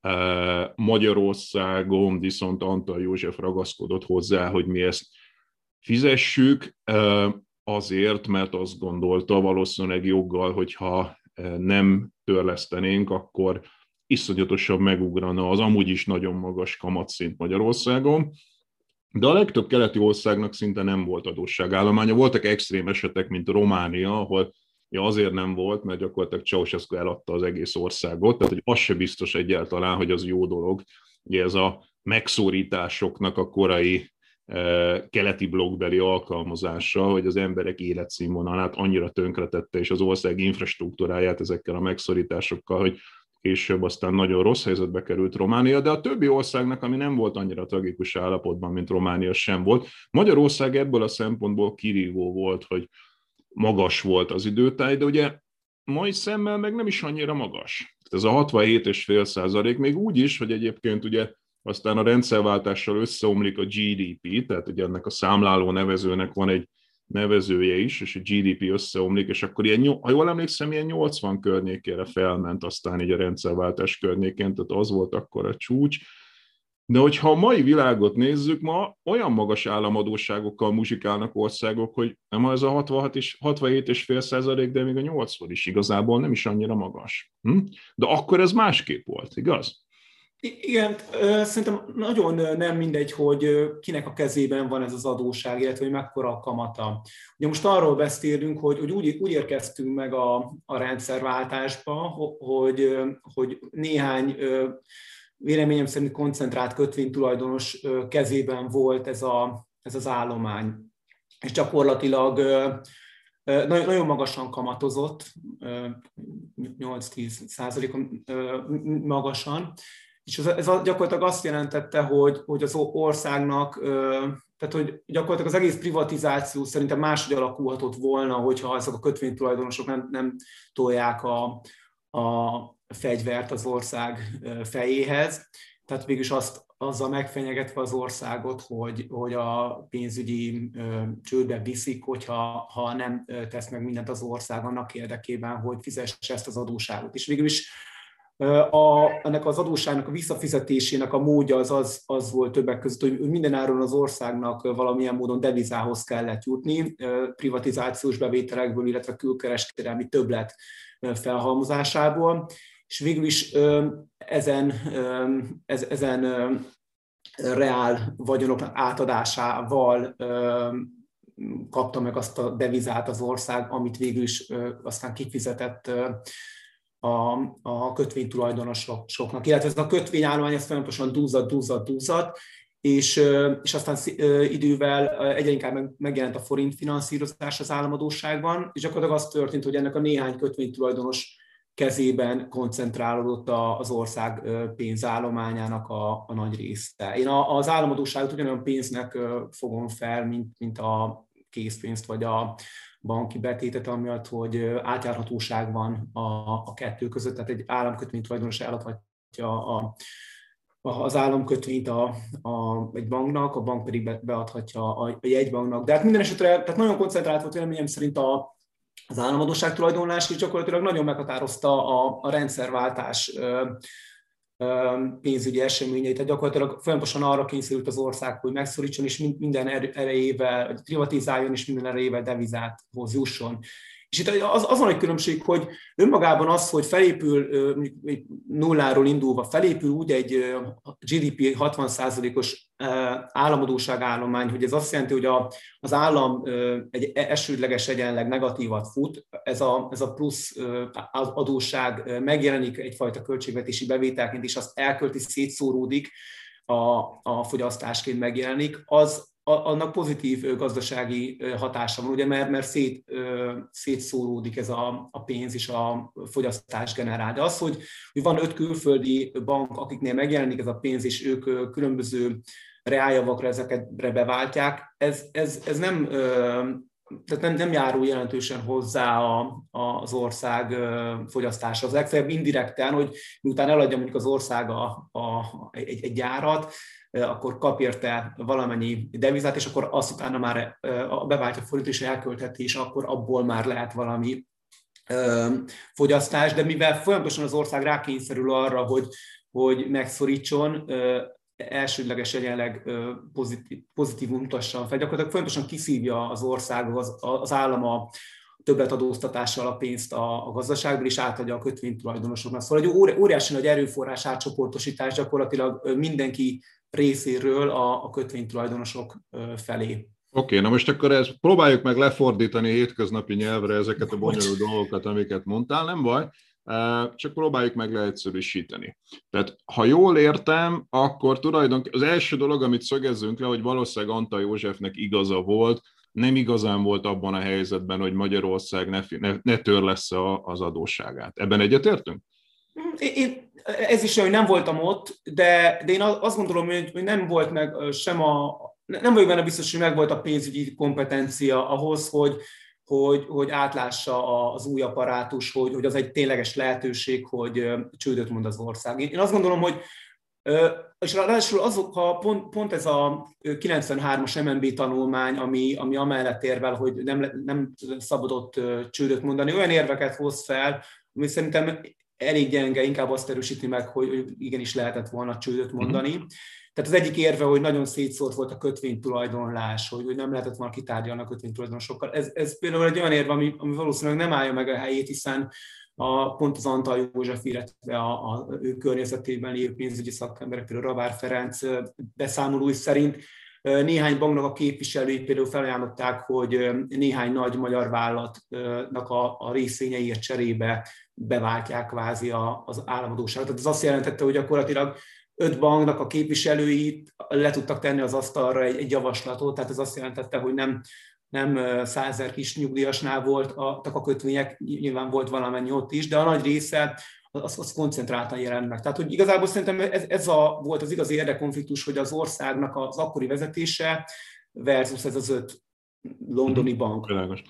Magyarországon viszont Antall József ragaszkodott hozzá, hogy mi ezt fizessük, azért, mert azt gondolta valószínűleg joggal, hogyha nem törlesztenénk, akkor iszonyatosan megugrana az amúgy is nagyon magas kamatszint Magyarországon, de a legtöbb keleti országnak szinte nem volt adósságállománya. Voltak extrém esetek, mint Románia, ahol ja, azért nem volt, mert gyakorlatilag Ceausescu eladta az egész országot, tehát hogy az se biztos egyáltalán, hogy az jó dolog. Ugye ez a megszorításoknak a korai keleti blokkbeli alkalmazása, hogy az emberek életszínvonalát annyira tönkretette, és az ország infrastruktúráját ezekkel a megszorításokkal, hogy később aztán nagyon rossz helyzetbe került Románia, de a többi országnak, ami nem volt annyira tragikus állapotban, mint Románia, sem volt. Magyarország ebből a szempontból kirívó volt, hogy magas volt az időtáj, de ugye mai szemmel meg nem is annyira magas. Ez a hatvanhét egész öt százalék, még úgy is, hogy egyébként ugye aztán a rendszerváltással összeomlik a gé dé pé, tehát ugye ennek a számláló nevezőnek van egy nevezője is, és a gé dé pé összeomlik, és akkor ilyen, ha jól emlékszem, ilyen nyolcvan környékére felment aztán így a rendszerváltás környékén, tehát az volt akkor a csúcs. De hogyha a mai világot nézzük, ma olyan magas államadósságokkal muzsikálnak országok, hogy nem ez a hatvanhat és hatvanhét egész öt százalék, de még a nyolcvan is igazából nem is annyira magas. Hm? De akkor ez másképp volt, igaz? Igen, szerintem nagyon nem mindegy, hogy kinek a kezében van ez az adósság, illetve hogy mekkora a kamata. Ugye most arról beszélünk, hogy, hogy úgy, úgy érkeztünk meg a, a rendszerváltásba, hogy, hogy néhány véleményem szerint koncentrált kötvénytulajdonos kezében volt ez, a, ez az állomány. És gyakorlatilag nagyon magasan kamatozott, nyolc-tíz százalékon magasan, és ez gyakorlatilag azt jelentette, hogy, hogy az országnak, tehát hogy gyakorlatilag az egész privatizáció szerintem máshogy alakulhatott volna, hogyha ezek a kötvénytulajdonosok nem, nem tolják a, a fegyvert az ország fejéhez. Tehát végülis azt, azzal megfenyegetve az országot, hogy, hogy a pénzügyi ö, csődbe viszik, hogyha ha nem tesz meg mindent az ország annak érdekében, hogy fizesse ezt az adósságot. És végülis A, ennek az adósságnak a visszafizetésének a módja az, az, az volt többek között, hogy mindenáron az országnak valamilyen módon devizához kellett jutni, privatizációs bevételekből, illetve külkereskedelmi többlet felhalmozásából, és végül is ezen, ezen reál vagyonok átadásával kapta meg azt a devizát az ország, amit végül is aztán kifizetett a, a kötvénytulajdonosoknak, illetve ez a kötvényállomány ez folyamatosan dúzzad, dúzzad, dúzzad, és, és aztán idővel egyre inkább megjelent a forint finanszírozás az államadósságban, és gyakorlatilag az történt, hogy ennek a néhány kötvénytulajdonos kezében koncentrálódott az ország pénzállományának a, a nagy része. Én az államadósságot ugyanolyan pénznek fogom fel, mint, mint a készpénzt vagy a banki betétet, amiatt, hogy átjárhatóság van a, a kettő között, tehát egy államkötvénytulajdonos eladhatja a, az államkötvényt a, a, egy banknak, a bank pedig be, beadhatja a, a jegybanknak. De hát minden esetre tehát nagyon koncentrált volt véleményem szerint a az államadósság tulajdonlás, és gyakorlatilag nagyon meghatározta a, a rendszerváltás ö, ö, pénzügyi eseményeit. Tehát gyakorlatilag folyamatosan arra kényszerült az ország, hogy megszorítson, és minden erejével, privatizáljon, és minden erejével devizáthoz jusson. És itt az, az van egy különbség, hogy önmagában az, hogy felépül, nulláról indulva, felépül úgy egy gé dé pé hatvan százalékos államadósságállomány, hogy ez azt jelenti, hogy a, az állam egy elsődleges egyenleg negatívat fut, ez a, ez a plusz adósság megjelenik egyfajta költségvetési bevételként, és azt elkölti, szétszóródik, a, a fogyasztásként megjelenik, az annak pozitív gazdasági hatása van, ugye, mert, mert szét, szétszóródik ez a, a pénz és a fogyasztás generál. De az, hogy, hogy van öt külföldi bank, akiknél megjelenik ez a pénz, és ők különböző reáljavakra ezeket beváltják, ez, ez, ez nem, tehát nem, nem járul jelentősen hozzá a, az ország fogyasztása. Az legfeljebb indirekten, hogy miután eladja mondjuk az ország a, a, egy, egy gyárat, akkor kap érte valamennyi devizát, és akkor azt utána már a beváltja forint is elköltheti, és akkor abból már lehet valami fogyasztás, de mivel folyamatosan az ország rákényszerül arra, hogy, hogy megszorítson, elsődleges egyenleg pozitív, pozitívum mutasson fel, gyakorlatilag folyamatosan kiszívja az ország, az, az állam a többletadóztatással a pénzt a, a gazdaságból, és átadja a kötvénytulajdonosoknak. Szóval egy óriási nagy erőforrás átcsoportosítás gyakorlatilag mindenki részéről a, a kötvénytulajdonosok felé. Oké, okay, na most akkor ezt próbáljuk meg lefordítani hétköznapi nyelvre ezeket a bonyolult dolgokat, amiket mondtál, nem baj, csak próbáljuk meg leegyszerűsíteni. Tehát ha jól értem, akkor tulajdonképpen az első dolog, amit szögezzünk le, hogy valószínűleg Antall Józsefnek igaza volt, nem igazán volt abban a helyzetben, hogy Magyarország ne, ne, ne törlessze az adósságát. Ebben egyetértünk? Én, ez is olyan, hogy nem voltam ott, de, de én azt gondolom, hogy, hogy nem volt meg sem a, nem vagyok benne biztos, hogy meg volt a pénzügyi kompetencia ahhoz, hogy, hogy, hogy átlássa az új apparátus, hogy, hogy az egy tényleges lehetőség, hogy csődöt mond az ország. Én azt gondolom, hogy És ráadásul azok, ha pont, pont ez a kilencvenhármas em en bé tanulmány, ami, ami amellett érvel, hogy nem, nem szabadott csődöt mondani, olyan érveket hoz fel, ami szerintem elég gyenge, inkább azt erősíti meg, hogy igenis lehetett volna csődöt mondani. Mm-hmm. Tehát az egyik érve, hogy nagyon szétszórt volt a kötvénytulajdonlás, hogy, hogy nem lehetett volna kitárgyalni a kötvénytulajdonosokkal. Ez, ez például egy olyan érve, ami, ami valószínűleg nem állja meg a helyét, hiszen a, pont az Antal József, illetve a, a ő környezetében lévő pénzügyi szakemberek, például Rabár Ferenc beszámolói szerint néhány banknak a képviselői például felajánlották, hogy néhány nagy magyar vállalatnak a, a részvényeiért cserébe beváltják kvázi az államadósságot. Tehát ez azt jelentette, hogy gyakorlatilag öt banknak a képviselői le tudtak tenni az asztalra egy, egy javaslatot, tehát ez azt jelentette, hogy nem, nem százezer kis nyugdíjasnál voltak a kötvények, nyilván volt valamennyi ott is, de a nagy része az, az koncentráltan jelent meg. Tehát, hogy igazából szerintem ez, ez a, volt az igazi érdekkonfliktus, hogy az országnak az akkori vezetése versus ez az öt londoni bank.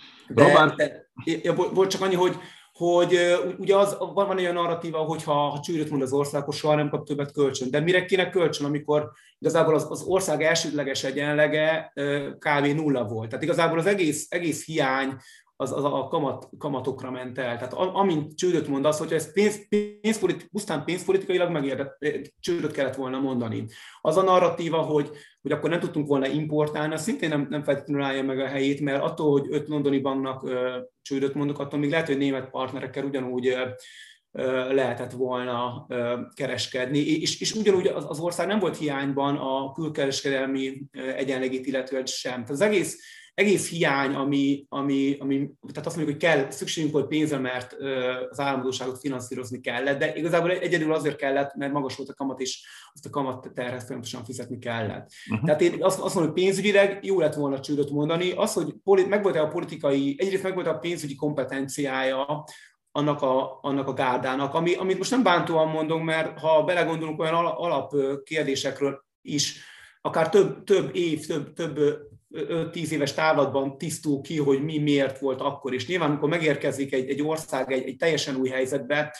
De, de, de, volt csak annyi, hogy hogy ugye az, van olyan narratíva, hogy ha, ha csődöt mond az ország, akkor soha nem kap többet kölcsön. De mire kéne kölcsön, amikor igazából az, az ország elsődleges egyenlege kb. Nulla volt. Tehát igazából az egész, egész hiány az, az a kamat, kamatokra ment el. Tehát amint csődöt mond az, hogyha ez pénz, pénzpolitik, pusztán pénzpolitikailag megérdett, csődöt kellett volna mondani. Az a narratíva, hogy, hogy akkor nem tudtunk volna importálni, az szintén nem, nem feltétlenül állja meg a helyét, mert attól, hogy öt londoni banknak ö, csődöt mondok, attól még lehet, hogy német partnerekkel ugyanúgy ö, ö, lehetett volna ö, kereskedni, és, és ugyanúgy az, az ország nem volt hiányban a külkereskedelmi egyenlegét illetően sem. Tehát az egész egész hiány, ami, ami, ami, tehát azt mondjuk, hogy kell, szükségünk volt pénzre, mert az államadósságot finanszírozni kellett, de igazából egyedül azért kellett, mert magas volt a kamat, és azt a kamat terhet folyamatosan fizetni kellett. Uh-huh. Tehát én azt, azt mondom, hogy pénzügyileg jó lett volna csődöt mondani. Az, hogy polit, megvolt-e a politikai, egyrészt megvolt a pénzügyi kompetenciája annak a, annak a gárdának, ami, amit most nem bántóan mondom, mert ha belegondolunk olyan alap kérdésekről is, akár több, több év, több, több öt-tíz éves távlatban tisztul ki, hogy mi miért volt akkor. És nyilván, amikor megérkezik egy, egy ország egy, egy teljesen új helyzetbe,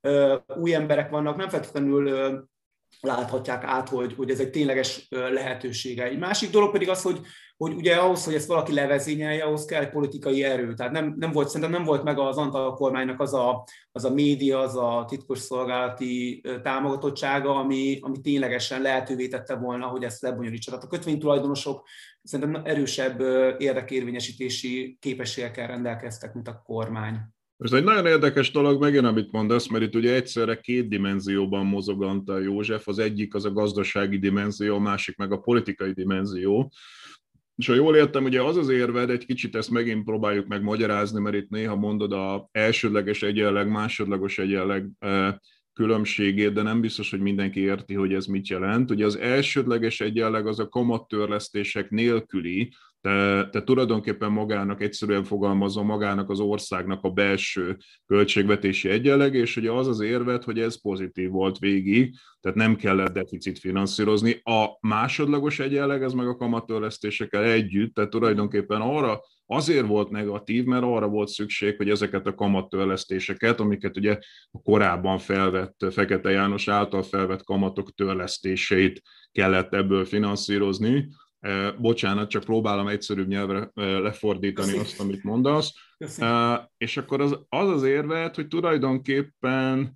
új emberek vannak, nem feltétlenül láthatják át, hogy, hogy ez egy tényleges lehetősége. Egy másik dolog pedig az, hogy, hogy ugye ahhoz, hogy ezt valaki levezényelje, ahhoz kell egy politikai erő. Tehát nem, nem volt, szerintem nem volt meg az Antal kormánynak az a, az a média, az a titkosszolgálati támogatottsága, ami, ami ténylegesen lehetővé tette volna, hogy ezt lebonyolítsa. Tehát a kötvénytulajdonosok szerintem erősebb érdekérvényesítési képességekkel rendelkeztek, mint a kormány. Ez egy nagyon érdekes dolog megint, amit mondasz, mert itt ugye egyszerre két dimenzióban mozog Antal József, az egyik az a gazdasági dimenzió, a másik meg a politikai dimenzió. És ha jól értem, ugye az az érved, egy kicsit ezt megint próbáljuk megmagyarázni, mert itt néha mondod az elsődleges egyenleg, másodlagos egyenleg különbségét, de nem biztos, hogy mindenki érti, hogy ez mit jelent. Ugye az elsődleges egyenleg az a kamattörlesztések nélküli, te, te tulajdonképpen magának, egyszerűen fogalmazom, magának az országnak a belső költségvetési egyenleg, és ugye az az érvet, hogy ez pozitív volt végig, tehát nem kellett deficit finanszírozni. A másodlagos egyenleg, ez meg a kamattörlesztésekkel együtt, tehát tulajdonképpen arra azért volt negatív, mert arra volt szükség, hogy ezeket a kamattörlesztéseket, amiket ugye a korábban felvett Fekete János által felvett kamatok törlesztéseit kellett ebből finanszírozni. Bocsánat, csak próbálom egyszerűbb nyelvre lefordítani azt, amit mondasz. Köszönöm. És akkor az az, az érvet, hogy tulajdonképpen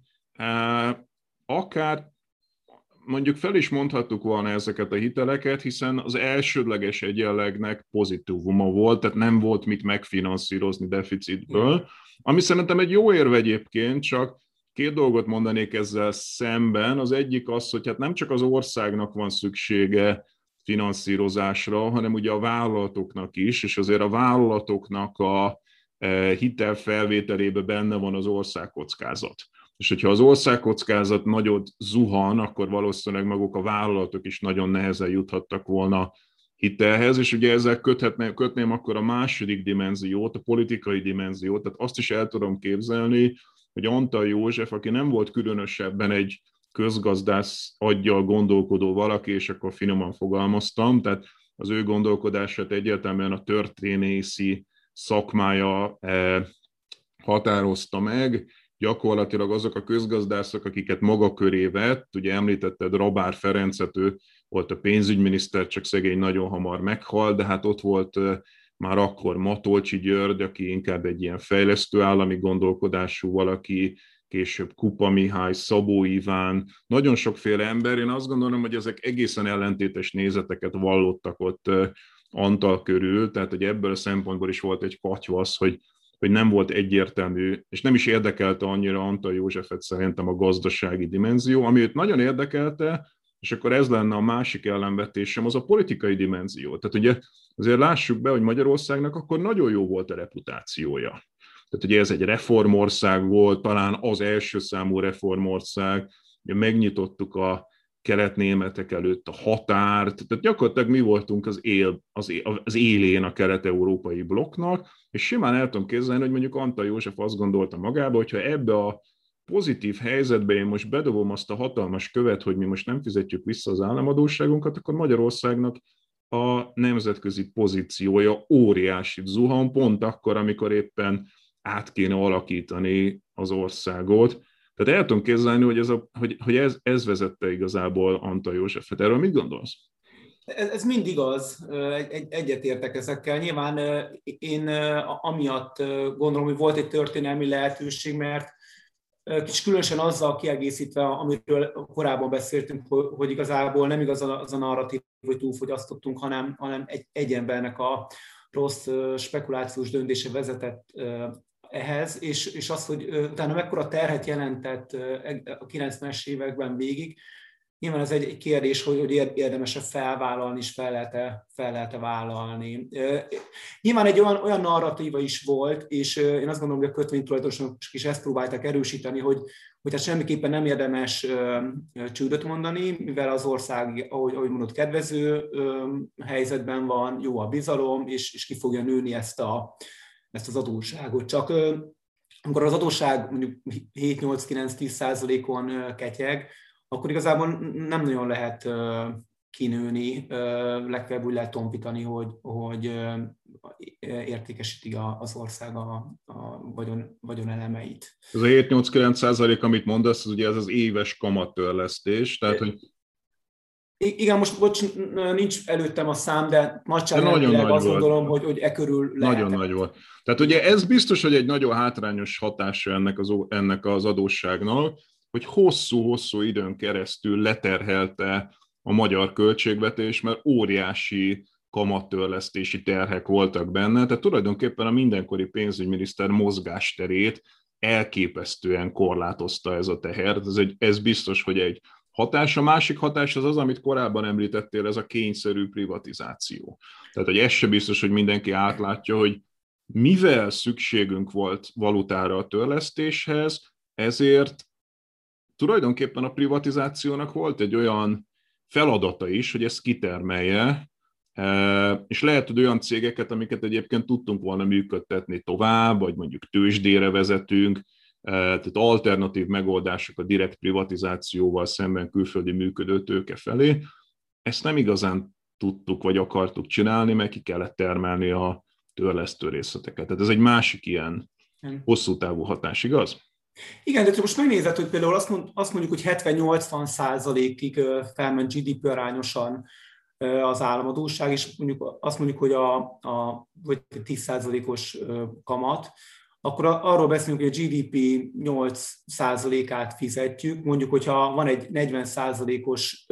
akár mondjuk fel is mondhattuk volna ezeket a hiteleket, hiszen az elsődleges egyenlegnek pozitívuma volt, tehát nem volt mit megfinanszírozni deficitből, ami szerintem egy jó érv egyébként, csak két dolgot mondanék ezzel szemben. Az egyik az, hogy hát nem csak az országnak van szüksége finanszírozásra, hanem ugye a vállalatoknak is, és azért a vállalatoknak a hitelfelvételébe benne van az országkockázat. És hogyha az országkockázat nagyot zuhan, akkor valószínűleg maguk a vállalatok is nagyon nehezen juthattak volna hitelhez, és ugye ezzel köthetném, kötném akkor a második dimenziót, a politikai dimenziót, tehát azt is el tudom képzelni, hogy Antal József, aki nem volt különösebben egy közgazdász aggyal gondolkodó valaki, és akkor finoman fogalmaztam, tehát az ő gondolkodását egyértelműen a történészi szakmája határozta meg, gyakorlatilag azok a közgazdászok, akiket maga köré vett, ugye említetted Rabár Ferencet, ő volt a pénzügyminiszter, csak szegény nagyon hamar meghalt, de hát ott volt már akkor Matolcsy György, aki inkább egy ilyen fejlesztő állami gondolkodású valaki, később Kupa Mihály, Szabó Iván, nagyon sokféle ember. Én azt gondolom, hogy ezek egészen ellentétes nézeteket vallottak ott Antal körül, tehát hogy ebből a szempontból is volt egy katyvasz, hogy, hogy nem volt egyértelmű, és nem is érdekelte annyira Antal Józsefet szerintem a gazdasági dimenzió, ami őt nagyon érdekelte, és akkor ez lenne a másik ellenvetésem, az a politikai dimenzió. Tehát ugye azért lássuk be, hogy Magyarországnak akkor nagyon jó volt a reputációja. Tehát ugye ez egy reformország volt, talán az első számú reformország, ugye megnyitottuk a keletnémetek előtt a határt, tehát gyakorlatilag mi voltunk az, él, az, él, az élén a kelet-európai blokknak, és simán el tudom képzelni, hogy mondjuk Antal József azt gondolta magába, hogyha ebbe a pozitív helyzetbe én most bedobom azt a hatalmas követ, hogy mi most nem fizetjük vissza az államadósságunkat, akkor Magyarországnak a nemzetközi pozíciója óriási zuhan, pont akkor, amikor éppen át kéne alakítani az országot. Tehát el tudom képzelni, hogy ez, a, hogy, hogy ez, ez vezette igazából Antal Józsefet. Erről mit gondolsz? Ez, ez mind igaz, egy, egyetértek ezekkel. Nyilván én amiatt gondolom, hogy volt egy történelmi lehetőség, mert kicsit különösen azzal kiegészítve, amiről korábban beszéltünk, hogy igazából nem igaz az a narratív, hogy túlfogyasztottunk, hanem, hanem egy, egy embernek a rossz spekulációs döntése vezetett ehhez, és, és az, hogy utána mekkora terhet jelentett a kilencvenes években végig, nyilván ez egy kérdés, hogy, hogy érdemes-e felvállalni, és fel lehet-e, fel lehet-e vállalni. Nyilván egy olyan, olyan narratíva is volt, és én azt gondolom, hogy a kötvénytulajdonosok is ezt próbálták erősíteni, hogy, hogy hát semmiképpen nem érdemes csődöt mondani, mivel az ország, ahogy, ahogy mondod, kedvező helyzetben van, jó a bizalom, és, és ki fogja nőni ezt, a, ezt az adósságot. Csak amikor az adósság mondjuk hét-nyolc-kilenc-tíz százalékon ketyeg, akkor igazából nem nagyon lehet kinőni, legfeljebb úgy lehet tompítani, hogy, hogy értékesíti az ország a, a vagyon, vagyonelemeit. Ez a hét-nyolc-kilenc százalék, amit mondasz, az ugye ez az éves kamattörlesztés, tehát hogy... Igen, most bocs, nincs előttem a szám, de nagyságrendileg azt gondolom, hogy, hogy e körül lehet. Nagyon nagy volt. Tehát ugye ez biztos, hogy egy nagyon hátrányos hatása ennek az, ennek az adósságnak, hogy hosszú-hosszú időn keresztül leterhelte a magyar költségvetés, mert óriási kamattörlesztési terhek voltak benne, tehát tulajdonképpen a mindenkori pénzügyminiszter mozgásterét elképesztően korlátozta ez a teher. Ez, egy, ez biztos, hogy egy hatás. A másik hatás az az, amit korábban említettél, ez a kényszerű privatizáció. Tehát, hogy ez se biztos, hogy mindenki átlátja, hogy mivel szükségünk volt valutára a törlesztéshez, ezért tulajdonképpen a privatizációnak volt egy olyan feladata is, hogy ezt kitermelje, és lehet, hogy olyan cégeket, amiket egyébként tudtunk volna működtetni tovább, vagy mondjuk tőzsdére vezetünk, tehát alternatív megoldások a direkt privatizációval szemben külföldi működő tőke felé. Ezt nem igazán tudtuk, vagy akartuk csinálni, mert ki kellett termelni a törlesztő részleteket. Tehát ez egy másik ilyen hosszú távú hatás, igaz? Igen, de most megnézed, hogy például azt, mond, azt mondjuk, hogy hetven-nyolcvan százalékig felment gé dé pé arányosan az államadósság, és mondjuk azt mondjuk, hogy a, a vagy tíz százalékos kamat, akkor arról beszélünk, hogy a gé dé pé nyolc százalékát fizetjük, mondjuk, hogyha van egy negyven százalékos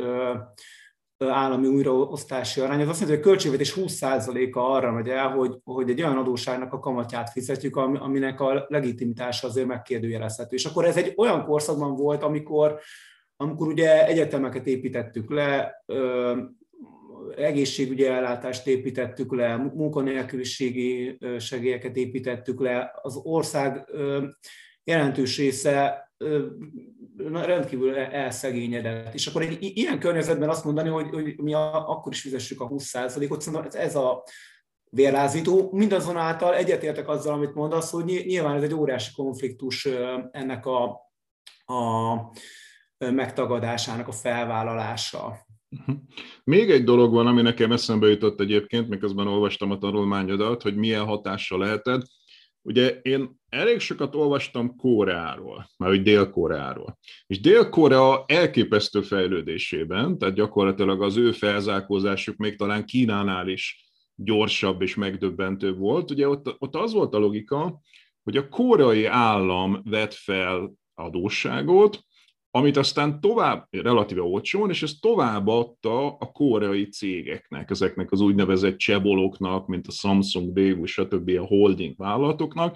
állami újraosztási arány, az azt jelenti, hogy a költségvetés húsz százaléka arra megy el, hogy, hogy egy olyan adósságnak a kamatját fizetjük, aminek a legitimitása azért megkérdőjelezhető. És akkor ez egy olyan korszakban volt, amikor, amikor ugye egyetemeket építettük le, egészségügyi ellátást építettük le, munkanélküliségi segélyeket építettük le, az ország jelentős része rendkívül elszegényedett. És akkor egy ilyen környezetben azt mondani, hogy, hogy mi a, akkor is fizessük a húsz százalékot, szerintem ez a vérlázító. Mindazonáltal egyetértek azzal, amit mondasz, hogy nyilván ez egy óriási konfliktus ennek a, a megtagadásának a felvállalása. Még egy dolog van, ami nekem eszembe jutott egyébként, miközben olvastam a tanulmányodat, hogy milyen hatással lehetett. ugye én elég sokat olvastam Koreáról, már úgy Dél-Koreáról. És Dél-Korea elképesztő fejlődésében, tehát gyakorlatilag az ő felzárkózásuk még talán Kínánál is gyorsabb és megdöbbentőbb volt. Ugye ott, ott az volt a logika, hogy a koreai állam vett fel adósságot, amit aztán tovább, relatíve olcsón, és ezt továbbadta a koreai cégeknek, ezeknek az úgynevezett cseboloknak, mint a Samsung, Daewoo, stb. A holding vállalatoknak.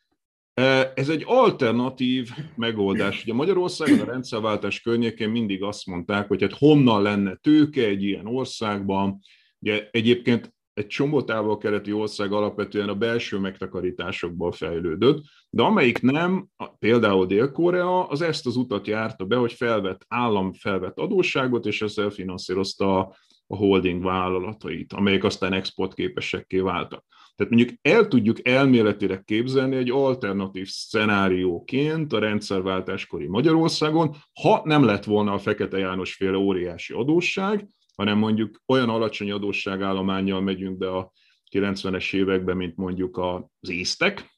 Ez egy alternatív megoldás. Ugye Magyarországon a rendszerváltás környékén mindig azt mondták, hogy hát honnan lenne tőke egy ilyen országban. Ugye egyébként egy csomó távol-keleti ország alapvetően a belső megtakarításokból fejlődött, de amelyik nem, például Dél-Korea, az ezt az utat járta be, hogy felvett, állam felvett adósságot, és ezzel finanszírozta a, a holding vállalatait, amelyek aztán exportképesekké váltak. Tehát mondjuk el tudjuk elméletileg képzelni egy alternatív szenárióként a rendszerváltáskori Magyarországon, ha nem lett volna a Fekete János féle óriási adósság, hanem mondjuk olyan alacsony adósságállománnyal megyünk be a kilencvenes években, mint mondjuk az észtek,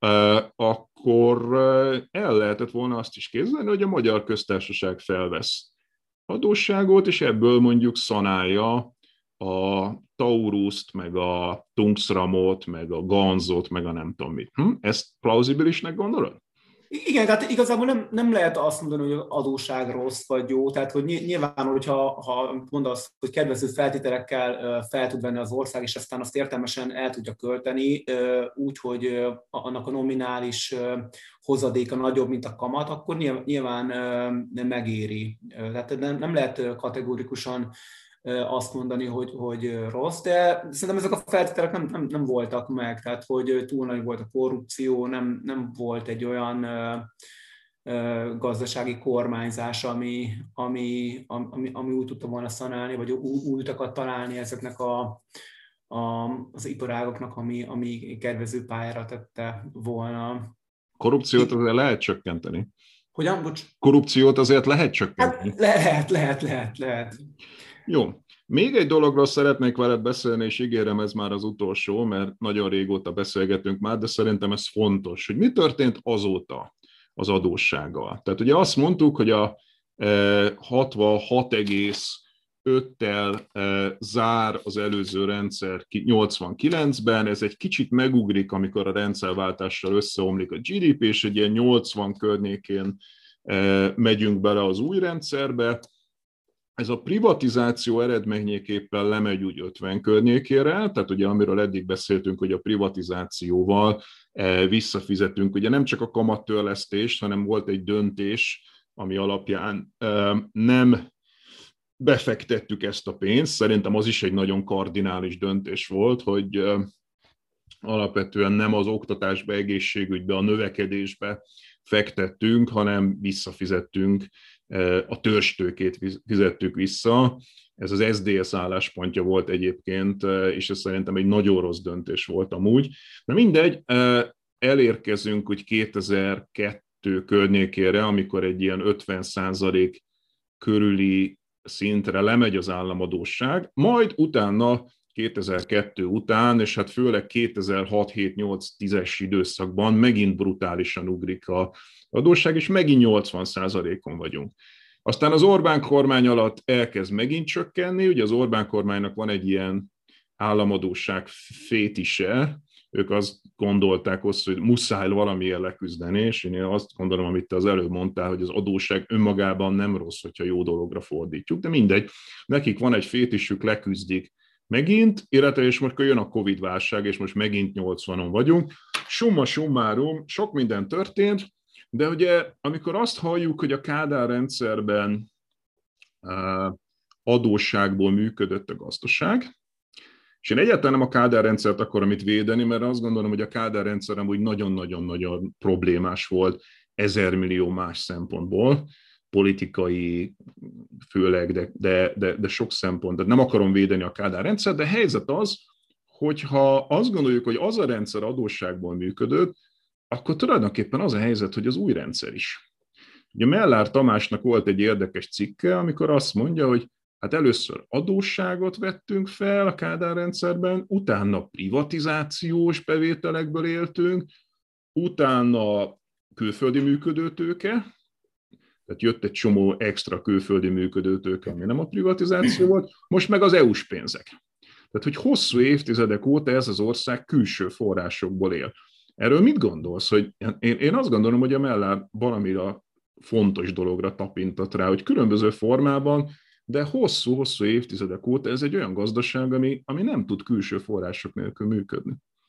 akkor el lehetett volna azt is képzelni, hogy a Magyar Köztársaság felvesz adósságot, és ebből mondjuk szanálja a Tauruszt, meg a Tungsramot, meg a Ganzot, meg a nem tudom mit. Hm? Ezt plauzibilisnek gondolod? Igen, tehát igazából nem, nem lehet azt mondani, hogy az adósság rossz vagy jó, tehát hogy nyilván, hogyha ha mondasz, hogy kedvező feltételekkel fel tud venni az ország, és aztán azt értelmesen el tudja költeni, úgy, hogy annak a nominális hozadéka nagyobb, mint a kamat, akkor nyilván nem megéri. Tehát nem, nem lehet kategórikusan azt mondani, hogy, hogy rossz, de szerintem ezek a feltételek nem, nem, nem voltak meg, tehát hogy túl nagy volt a korrupció, nem, nem volt egy olyan ö, ö, gazdasági kormányzás, ami, ami, ami, ami úgy tudta volna szanálni, vagy új utakat találni ezeknek a, a, az iparágoknak, ami, ami kedvező pályára tette volna. Korrupciót azért lehet csökkenteni. Hogyan? Bocs? Korrupciót azért lehet csökkenteni. Hát lehet, lehet, lehet, lehet. Jó. Még egy dologról szeretnék veled beszélni, és ígérem, ez már az utolsó, mert nagyon régóta beszélgetünk már, de szerintem ez fontos, hogy mi történt azóta az adóssággal. Tehát ugye azt mondtuk, hogy a hatvanhat egész öttel zár az előző rendszer nyolcvankilencben, ez egy kicsit megugrik, amikor a rendszerváltással összeomlik a gé dé pé, és egy ilyen nyolcvan környékén megyünk bele az új rendszerbe. Ez a privatizáció eredményeképpen lemegy úgy ötven környékére, tehát ugye amiről eddig beszéltünk, hogy a privatizációval visszafizetünk, ugye nem csak a kamattörlesztést, hanem volt egy döntés, ami alapján nem befektettük ezt a pénzt. Szerintem az is egy nagyon kardinális döntés volt, hogy alapvetően nem az oktatásba, egészségügybe, a növekedésbe fektettünk, hanem visszafizettünk, a törstőkét fizettük vissza. Ez az es zé dé es álláspontja volt egyébként, és ez szerintem egy nagyon rossz döntés volt amúgy. De mindegy, elérkezünk úgy kétezer-kettő környékére, amikor egy ilyen ötven százalék körüli szintre lemegy az államadósság, majd utána kétezer-kettő után, és hát főleg kétezer-hat hét nyolc tízes időszakban megint brutálisan ugrik az adósság, és megint nyolcvan százalékon vagyunk. Aztán az Orbán kormány alatt elkezd megint csökkenni, ugye az Orbán kormánynak van egy ilyen államadósság fétise, ők azt gondolták hozzá, hogy muszáj valamiért leküzdeni, és én azt gondolom, amit te az előbb mondtál, hogy az adósság önmagában nem rossz, hogyha jó dologra fordítjuk, de mindegy, nekik van egy fétisük, leküzdik megint, illetve és most jön a Covid-válság, és most megint nyolcvanon vagyunk. Summa summarum, sok minden történt, de ugye amikor azt halljuk, hogy a Kádár rendszerben adósságból működött a gazdaság, és én egyáltalán nem a Kádár rendszert akarom itt védeni, mert azt gondolom, hogy a Kádár rendszer amúgy nagyon-nagyon-nagyon problémás volt ezermillió más szempontból, politikai főleg, de, de, de, de sok szempont. Tehát nem akarom védeni a Kádár rendszert, de a helyzet az, hogyha azt gondoljuk, hogy az a rendszer adósságból működött, akkor tulajdonképpen az a helyzet, hogy az új rendszer is. Ugye Mellár Tamásnak volt egy érdekes cikke, amikor azt mondja, hogy hát először adósságot vettünk fel a Kádár rendszerben, utána privatizációs bevételekből éltünk, utána külföldi működőtőke, tehát jött egy csomó extra külföldi működőtőke, ami nem a privatizáció volt, most meg az é u-s pénzek. Tehát, hogy hosszú évtizedek óta ez az ország külső forrásokból él. Erről mit gondolsz? Hogy én, én azt gondolom, hogy a Mellár valamire fontos dologra tapintott rá, hogy különböző formában, de hosszú-hosszú évtizedek óta ez egy olyan gazdaság, ami, ami nem tud külső források nélkül működni.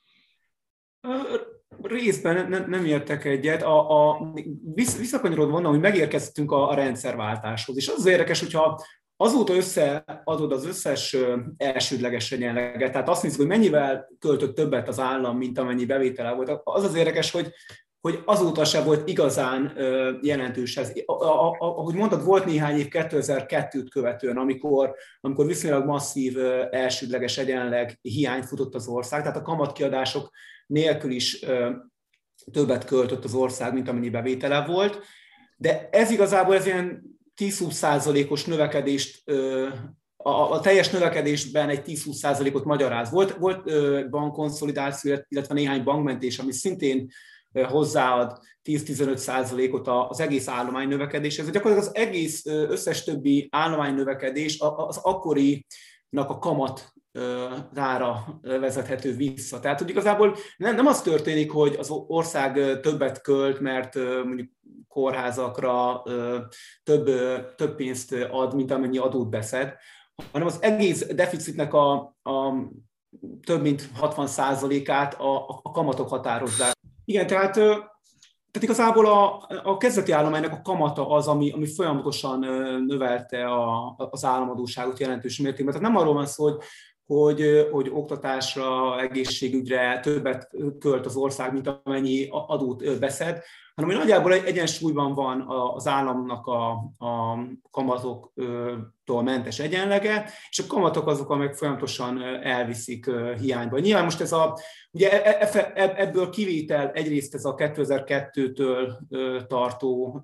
Részben nem, nem értek egyet. A, a, visszakanyarodva mondom, hogy megérkeztünk a, a rendszerváltáshoz. És az, az érdekes, hogyha azóta összeadod az összes elsődleges egyenleget, tehát azt nézzük, hogy mennyivel költött többet az állam, mint amennyi bevétele volt. Az az érdekes, hogy, hogy azóta se volt igazán jelentős ez. Ahogy mondtad, volt néhány év kétezer-kettőt követően, amikor, amikor viszonylag masszív elsődleges egyenleg hiány futott az ország, tehát a kamatkiadások nélkül is többet költött az ország, mint amennyi bevétele volt. De ez igazából ez ilyen tíz-húsz százalékos növekedést, a, a teljes növekedésben egy tíz-húsz százalékot magyaráz. Volt, volt bankkonszolidáció, illetve néhány bankmentés, ami szintén hozzáad tíz-tizenöt százalékot az egész állomány növekedéshez. Gyakorlatilag az egész összes többi állomány növekedés az akkorinak a kamat rára vezethető vissza. Tehát, hogy igazából nem, nem az történik, hogy az ország többet költ, mert mondjuk kórházakra több, több pénzt ad, mint amennyi adót beszed, hanem az egész deficitnek a, a több mint hatvan százalékát a, a kamatok határozzák. Igen, tehát, tehát igazából a, a kezdeti állománynak a kamata az, ami, ami folyamatosan növelte a, az államadósságot jelentős mértékben. Tehát nem arról van szó, hogy Hogy, hogy oktatásra, egészségügyre többet költ az ország, mint amennyi adót beszed, hanem hogy nagyjából egy egyensúlyban van az államnak a, a kamatoktól mentes egyenlege, és a kamatok azok, amelyek folyamatosan elviszik hiányba. Nyilván most ez a, ugye ebből kivétel egyrészt ez a kétezer-kettőtől tartó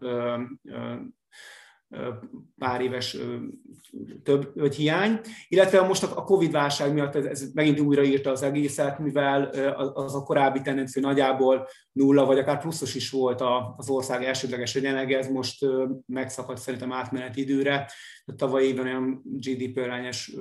pár éves több vagy hiány, illetve most a Covid-válság miatt ez, ez megint újraírta az egészet, mivel az a korábbi tendencia nagyjából nulla, vagy akár pluszos is volt az ország elsődleges egyenlege, ez most megszakadt szerintem átmeneti időre. Tavaly évben olyan gé dé pé arányos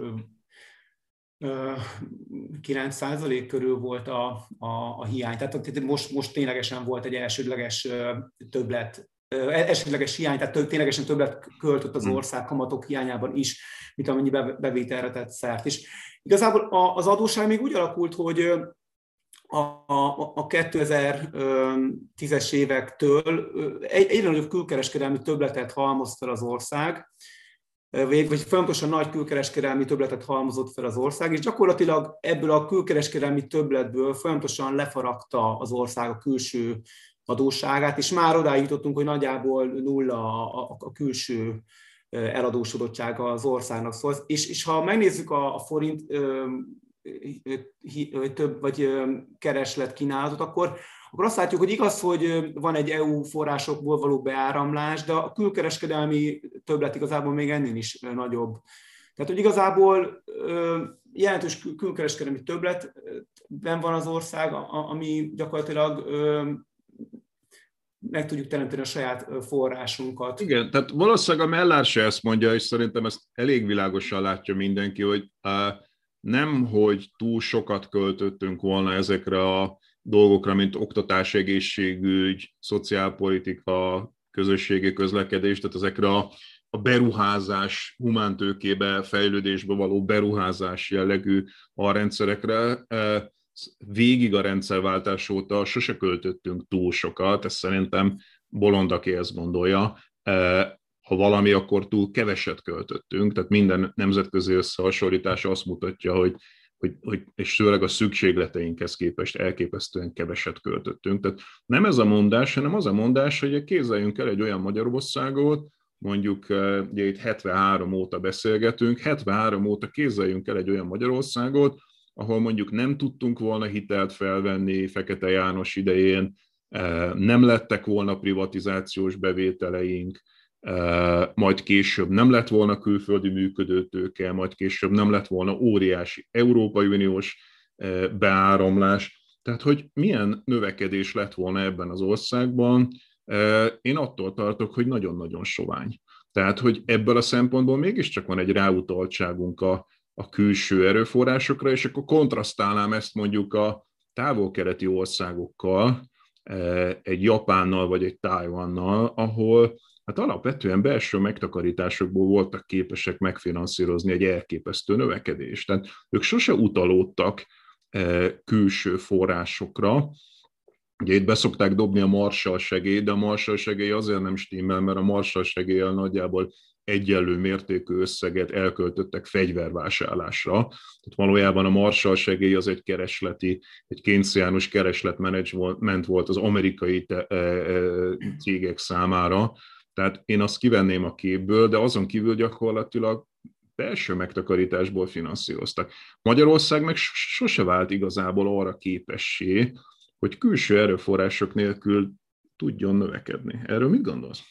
kilenc százalék körül volt a, a, a hiány. Tehát most, most ténylegesen volt egy elsődleges többlet, elsődleges hiány, tehát ténylegesen többlet költött az ország kamatok hiányában is, mint amennyi bevételre tett szert. És igazából az adósság még úgy alakult, hogy a, a, a kétezer-tízes évektől egyre nagyobb külkereskedelmi többletet halmoz fel az ország, vagy, vagy folyamatosan nagy külkereskedelmi többletet halmozott fel az ország, és gyakorlatilag ebből a külkereskedelmi többletből folyamatosan lefaragta az ország a külső adósságát, és már odáig jutottunk, hogy nagyjából nulla a, a, a külső eladósodottsága az országnak. Szóval, és, és ha megnézzük a, a forint ö, ö, több vagy ö, kereslet kínálatot, akkor, akkor azt látjuk, hogy igaz, hogy van egy é u forrásokból való beáramlás, de a külkereskedelmi többlet igazából még ennél is nagyobb. Tehát, hogy igazából ö, jelentős külkereskedelmi többletben van az ország, ami gyakorlatilag ö, meg tudjuk teremteni a saját forrásunkat. Igen, tehát valószínűleg a Mellár se ezt mondja, és szerintem ezt elég világosan látja mindenki, hogy uh, nem, hogy túl sokat költöttünk volna ezekre a dolgokra, mint oktatás, egészségügy, szociálpolitika, közösségi közlekedés, tehát ezekre a, a beruházás, humántőkébe, fejlődésbe való beruházás jellegű a rendszerekre. Uh, végig a rendszerváltás óta sose költöttünk túl sokat, ez szerintem bolond, aki ezt gondolja. Ha valami, akkor túl keveset költöttünk, tehát minden nemzetközi összehasonlítás azt mutatja, hogy, hogy, hogy és főleg a szükségleteinkhez képest elképesztően keveset költöttünk. Tehát nem ez a mondás, hanem az a mondás, hogy képzeljünk el egy olyan Magyarországot, mondjuk ugye itt hetvenhárom óta beszélgetünk, hetvenhárom óta képzeljünk el egy olyan Magyarországot, ahol mondjuk nem tudtunk volna hitelt felvenni Fekete János idején, nem lettek volna privatizációs bevételeink, majd később nem lett volna külföldi működőtőke, majd később nem lett volna óriási Európai Uniós beáramlás. Tehát, hogy milyen növekedés lett volna ebben az országban, én attól tartok, hogy nagyon-nagyon sovány. Tehát, hogy ebből a szempontból mégiscsak van egy ráutaltságunk a, a külső erőforrásokra, és akkor kontrasztálnám ezt mondjuk a távol-keleti országokkal, egy Japánnal vagy egy Tajvannal, ahol hát alapvetően belső megtakarításokból voltak képesek megfinanszírozni egy elképesztő növekedést. Tehát ők sose utalódtak külső forrásokra. Ugye itt beszokták dobni a Marshall segély, de a Marshall segély azért nem stimmel, mert a Marshall segéllyel nagyjából egyenlő mértékű összeget elköltöttek fegyvervásárlásra. Tehát valójában a Marshall segély az egy keresleti, egy keynesiánus keresletmenedzsment volt az amerikai te, e, e, cégek számára. Tehát én azt kivenném a képből, de azon kívül gyakorlatilag belső megtakarításból finanszíroztak. Magyarország meg sose vált igazából arra képessé, hogy külső erőforrások nélkül tudjon növekedni. Erről mit gondolsz?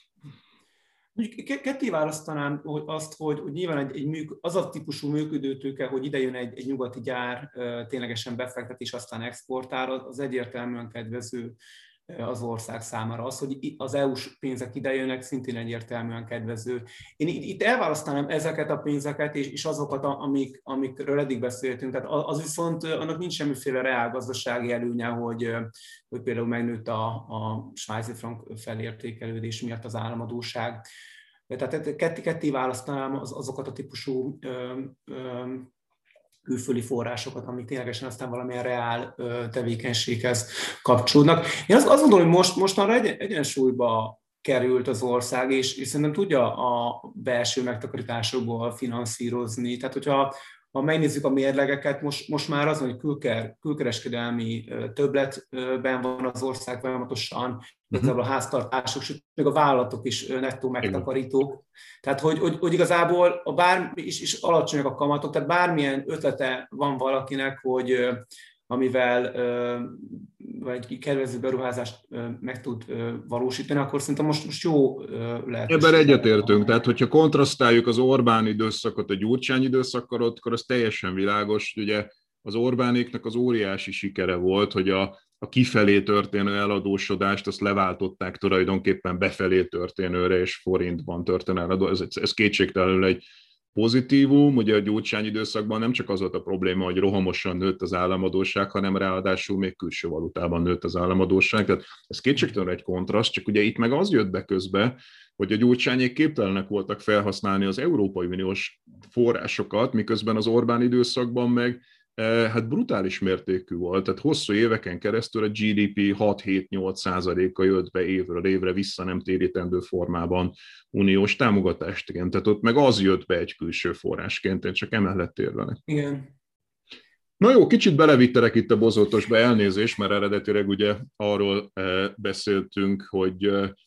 Ketté választanám azt, hogy, hogy nyilván egy, egy műk, az a típusú működőtőke, hogy ide jön egy, egy nyugati gyár, ténylegesen befektet és aztán exportál, az egyértelműen kedvező az ország számára. Az, hogy az é u-s pénzek idejönnek, szintén egyértelműen kedvező. Én itt elválasztanám ezeket a pénzeket, és, és azokat, amik, amikről eddig beszéltünk. Tehát az viszont, annak nincs semmiféle reálgazdasági előnye, hogy, hogy például megnőtt a, a svájci frank felértékelődés miatt az államadósság. Tehát ketté, ketté választanám az, azokat a típusú ö, ö, külföldi forrásokat, amik ténylegesen aztán valamilyen reál tevékenységhez kapcsolódnak. Én azt, azt gondolom, hogy most, mostanra egy, egyensúlyba került az ország, és, és szerintem tudja a belső megtakarításokból finanszírozni. Tehát, hogyha ha megnézzük a mérlegeket, most, most már az, hogy külker, külkereskedelmi többletben van az ország folyamatosan, igazából a háztartások, sőt, még a vállalatok is nettó megtakarítók. Tehát, hogy, hogy, hogy igazából a bármi is, is alacsonyak a kamatok, tehát bármilyen ötlete van valakinek, hogy amivel vagy kedvező beruházást meg tud valósítani, akkor szerintem most, most jó lehet. Ebben egyetértünk, tehát hogyha kontrasztáljuk az Orbán időszakot a Gyurcsány időszakkal, akkor az teljesen világos, ugye az Orbánéknak az óriási sikere volt, hogy a, a kifelé történő eladósodást azt leváltották tulajdonképpen befelé történőre, és forintban történő eladó. Ez, ez kétségtelenül egy pozitívum, ugye a Gyurcsány időszakban nem csak az volt a probléma, hogy rohamosan nőtt az államadósság, hanem ráadásul még külső valutában nőtt az államadósság. Tehát ez kétségtelenül egy kontraszt, csak ugye itt meg az jött be közbe, hogy a Gyurcsányék képtelenek voltak felhasználni az Európai Uniós forrásokat, miközben az Orbán időszakban meg hát brutális mértékű volt, tehát hosszú éveken keresztül a gé dé pé hat-hét-nyolc százaléka jött be évről évre vissza nem térítendő formában uniós támogatást. Igen. Tehát ott meg az jött be egy külső forrásként, én csak emellett érvelek. Igen. Na jó, kicsit belevittelek itt a bozótosba, elnézést, mert eredetileg ugye arról beszéltünk, hogy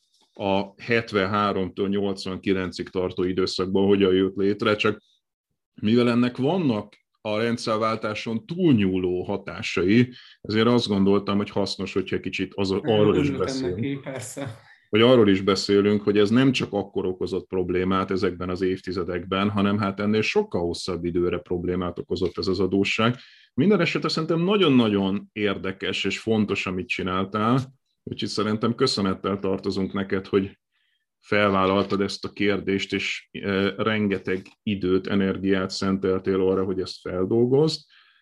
a hetvenháromtól nyolcvankilencig tartó időszakban hogyan jött létre, csak mivel ennek vannak a rendszerváltáson túlnyúló hatásai, ezért azt gondoltam, hogy hasznos, hogyha kicsit az, arról is beszélünk. Neki, persze. Hogy arról is beszélünk, hogy ez nem csak akkor okozott problémát ezekben az évtizedekben, hanem hát ennél sokkal hosszabb időre problémát okozott ez az adósság. Minden esetre szerintem nagyon-nagyon érdekes és fontos, amit csináltál, úgyhogy szerintem köszönettel tartozunk neked, hogy felvállaltad ezt a kérdést, és rengeteg időt, energiát szenteltél arra, hogy ezt feldolgozd.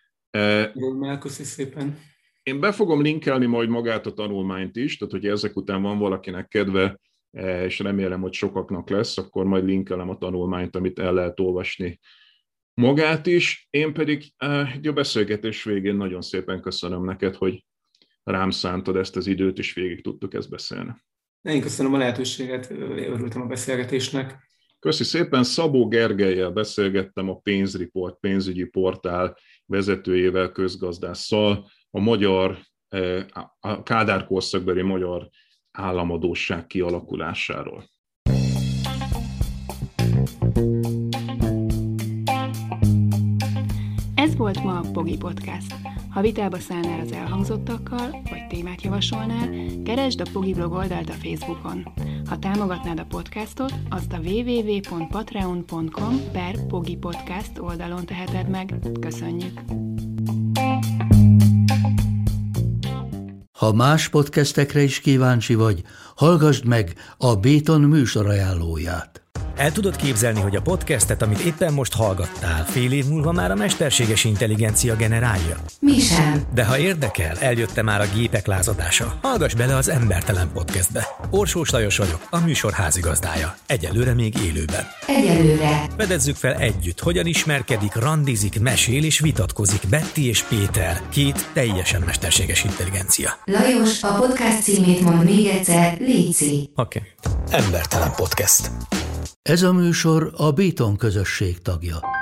Jó, már köszi szépen. Én be fogom linkelni majd magát a tanulmányt is, tehát hogy ezek után van valakinek kedve, és remélem, hogy sokaknak lesz, akkor majd linkelem a tanulmányt, amit el lehet olvasni magát is. Én pedig a beszélgetés végén nagyon szépen köszönöm neked, hogy rám szántad ezt az időt, és végig tudtuk ezt beszélni. Én köszönöm a lehetőséget, örültem a beszélgetésnek. Köszi szépen, Szabó Gergellyel beszélgettem, a Pénzriport pénzügyi portál vezetőjével, közgazdásszal, a magyar, a Kádár korszakbeli magyar államadósság kialakulásáról. Ez volt ma a Pogi Podcast. Ha vitába szállnál az elhangzottakkal, vagy témát javasolnál, keresd a Pogi blog oldalt a Facebookon. Ha támogatnád a podcastot, azt a double-u double-u double-u pont patreon pont com per Pogi Podcast oldalon teheted meg. Köszönjük! Ha más podcastekre is kíváncsi vagy, hallgassd meg a Béton műsor ajánlóját. El tudod képzelni, hogy a podcastet, amit éppen most hallgattál, fél év múlva már a mesterséges intelligencia generálja? Mi sem. De ha érdekel, eljött már a gépek lázadása. Hallgass bele az Embertelen Podcastbe. Orsós Lajos vagyok, a műsor házigazdája. Egyelőre még élőben. Egyelőre. Fedezzük fel együtt, hogyan ismerkedik, randizik, mesél és vitatkozik Betty és Péter, két teljesen mesterséges intelligencia. Lajos, a podcast címét mond még egyszer, léci. Oké. Okay. Embertelen Podcast. Ez a műsor a Béton közösség tagja.